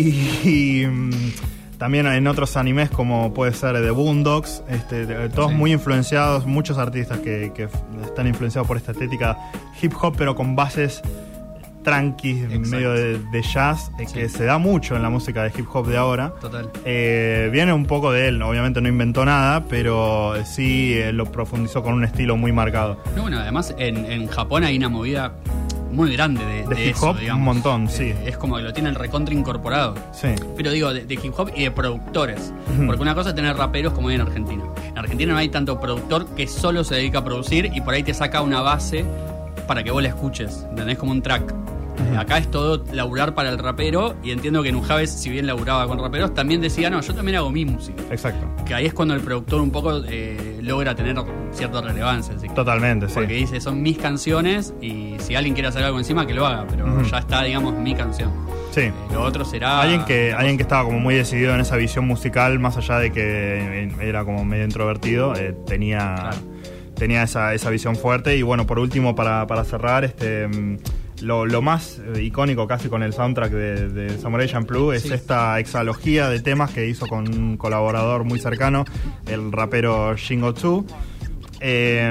Y, y, mm, también en otros animes como puede ser The Boondocks, este, de- todos Sí. muy influenciados, muchos artistas que, que f- están influenciados por esta estética hip hop, pero con bases tranquis, Exacto. medio de, de jazz, eh, Sí. que se da mucho en la música de hip hop de ahora. Total. Eh, viene un poco de él, obviamente no inventó nada, pero sí eh, lo profundizó con un estilo muy marcado. No, bueno, además en, en Japón hay una movida muy grande de, De de hip eso, hop, digamos. un montón, sí. Eh, es como que lo tienen recontra incorporado. Sí. Pero digo, de, de hip hop y de productores. Ujú. Porque una cosa es tener raperos como hay en Argentina. En Argentina no hay tanto productor que solo se dedica a producir y por ahí te saca una base para que vos la escuches. ¿Entendés? Como un track. Eh, Acá es todo laburar para el rapero y entiendo que Nujabes, si bien laburaba con raperos, también decía, no, yo también hago mi música. Exacto. Que ahí es cuando el productor un poco eh, logra tener cierta relevancia. Así que- Totalmente, sí. Porque dice, son mis canciones y si alguien quiere hacer algo encima, que lo haga, pero Ujú. ya está, digamos, mi canción. Sí. Eh, lo otro será... Alguien que, alguien que estaba como muy decidido en esa visión musical, más allá de que era como medio introvertido, eh, tenía, Claro. tenía esa, esa visión fuerte. Y bueno, por último, para, para cerrar, este mm, lo, lo más eh, icónico casi con el soundtrack de, de Samurai Champloo es Sí. esta exalogía de temas que hizo con un colaborador muy cercano, el rapero Shingo Tzu. Eh,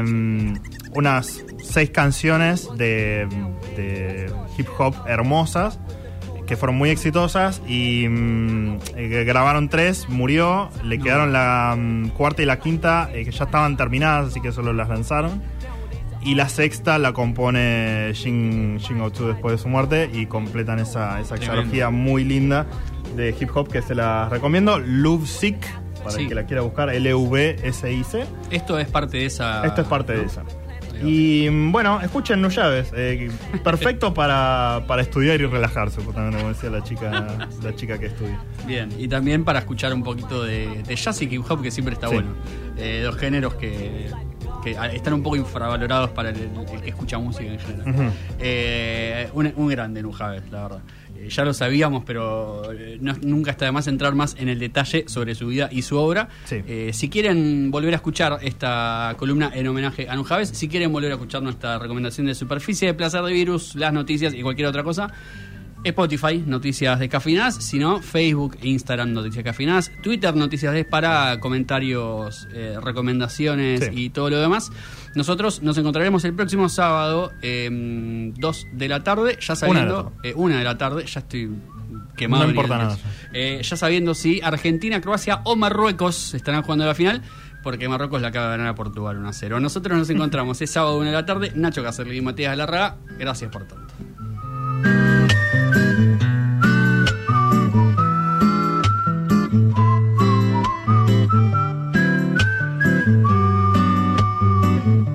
unas seis canciones de, de hip hop hermosas que fueron muy exitosas y mm, eh, grabaron tres, murió, le No. quedaron la mm, cuarta y la quinta eh, que ya estaban terminadas, así que solo las lanzaron. Y la sexta la compone Shin, Shin Otsu después de su muerte y completan esa, esa Tremendo. exalogía muy linda de hip hop que se la recomiendo. Love Sick, para Sí. el que la quiera buscar, L U V S I C. Esto es parte de esa... Esto es parte ¿no? de esa. Ahí va. Y mm, bueno, escuchen Nujabes, eh, perfecto para, para estudiar y relajarse, justamente como decía la chica, la chica que estudia. Bien, y también para escuchar un poquito de, de jazz y hip hop, que siempre está Sí. bueno. Eh, dos géneros que, que están un poco infravalorados para el, el que escucha música en general. Ujú. Eh, un, un grande Nujabes, la verdad. Eh, ya lo sabíamos, pero eh, no- nunca está de más entrar más en el detalle sobre su vida y su obra. Sí. Eh, si quieren volver a escuchar esta columna en homenaje a Nujabes, si quieren volver a escuchar nuestra recomendación de Superficie, de Placer de Virus, las noticias y cualquier otra cosa, Spotify, Noticias Descafeinadas, sino Facebook e Instagram, Noticias Descafeinadas, Twitter, Noticias Des para comentarios, eh, recomendaciones Sí. y todo lo demás. Nosotros nos encontraremos el próximo sábado, eh, dos de la tarde, ya sabiendo... Una de la tarde. eh, una de la tarde, ya estoy quemado. No el importa día nada. antes. Eh, ya sabiendo si Argentina, Croacia o Marruecos estarán jugando la final, porque Marruecos la acaba de ganar a Portugal uno a cero. Nosotros nos encontramos el sábado una de la tarde. Nacho Cacerli y Matías Larraga, gracias por todo.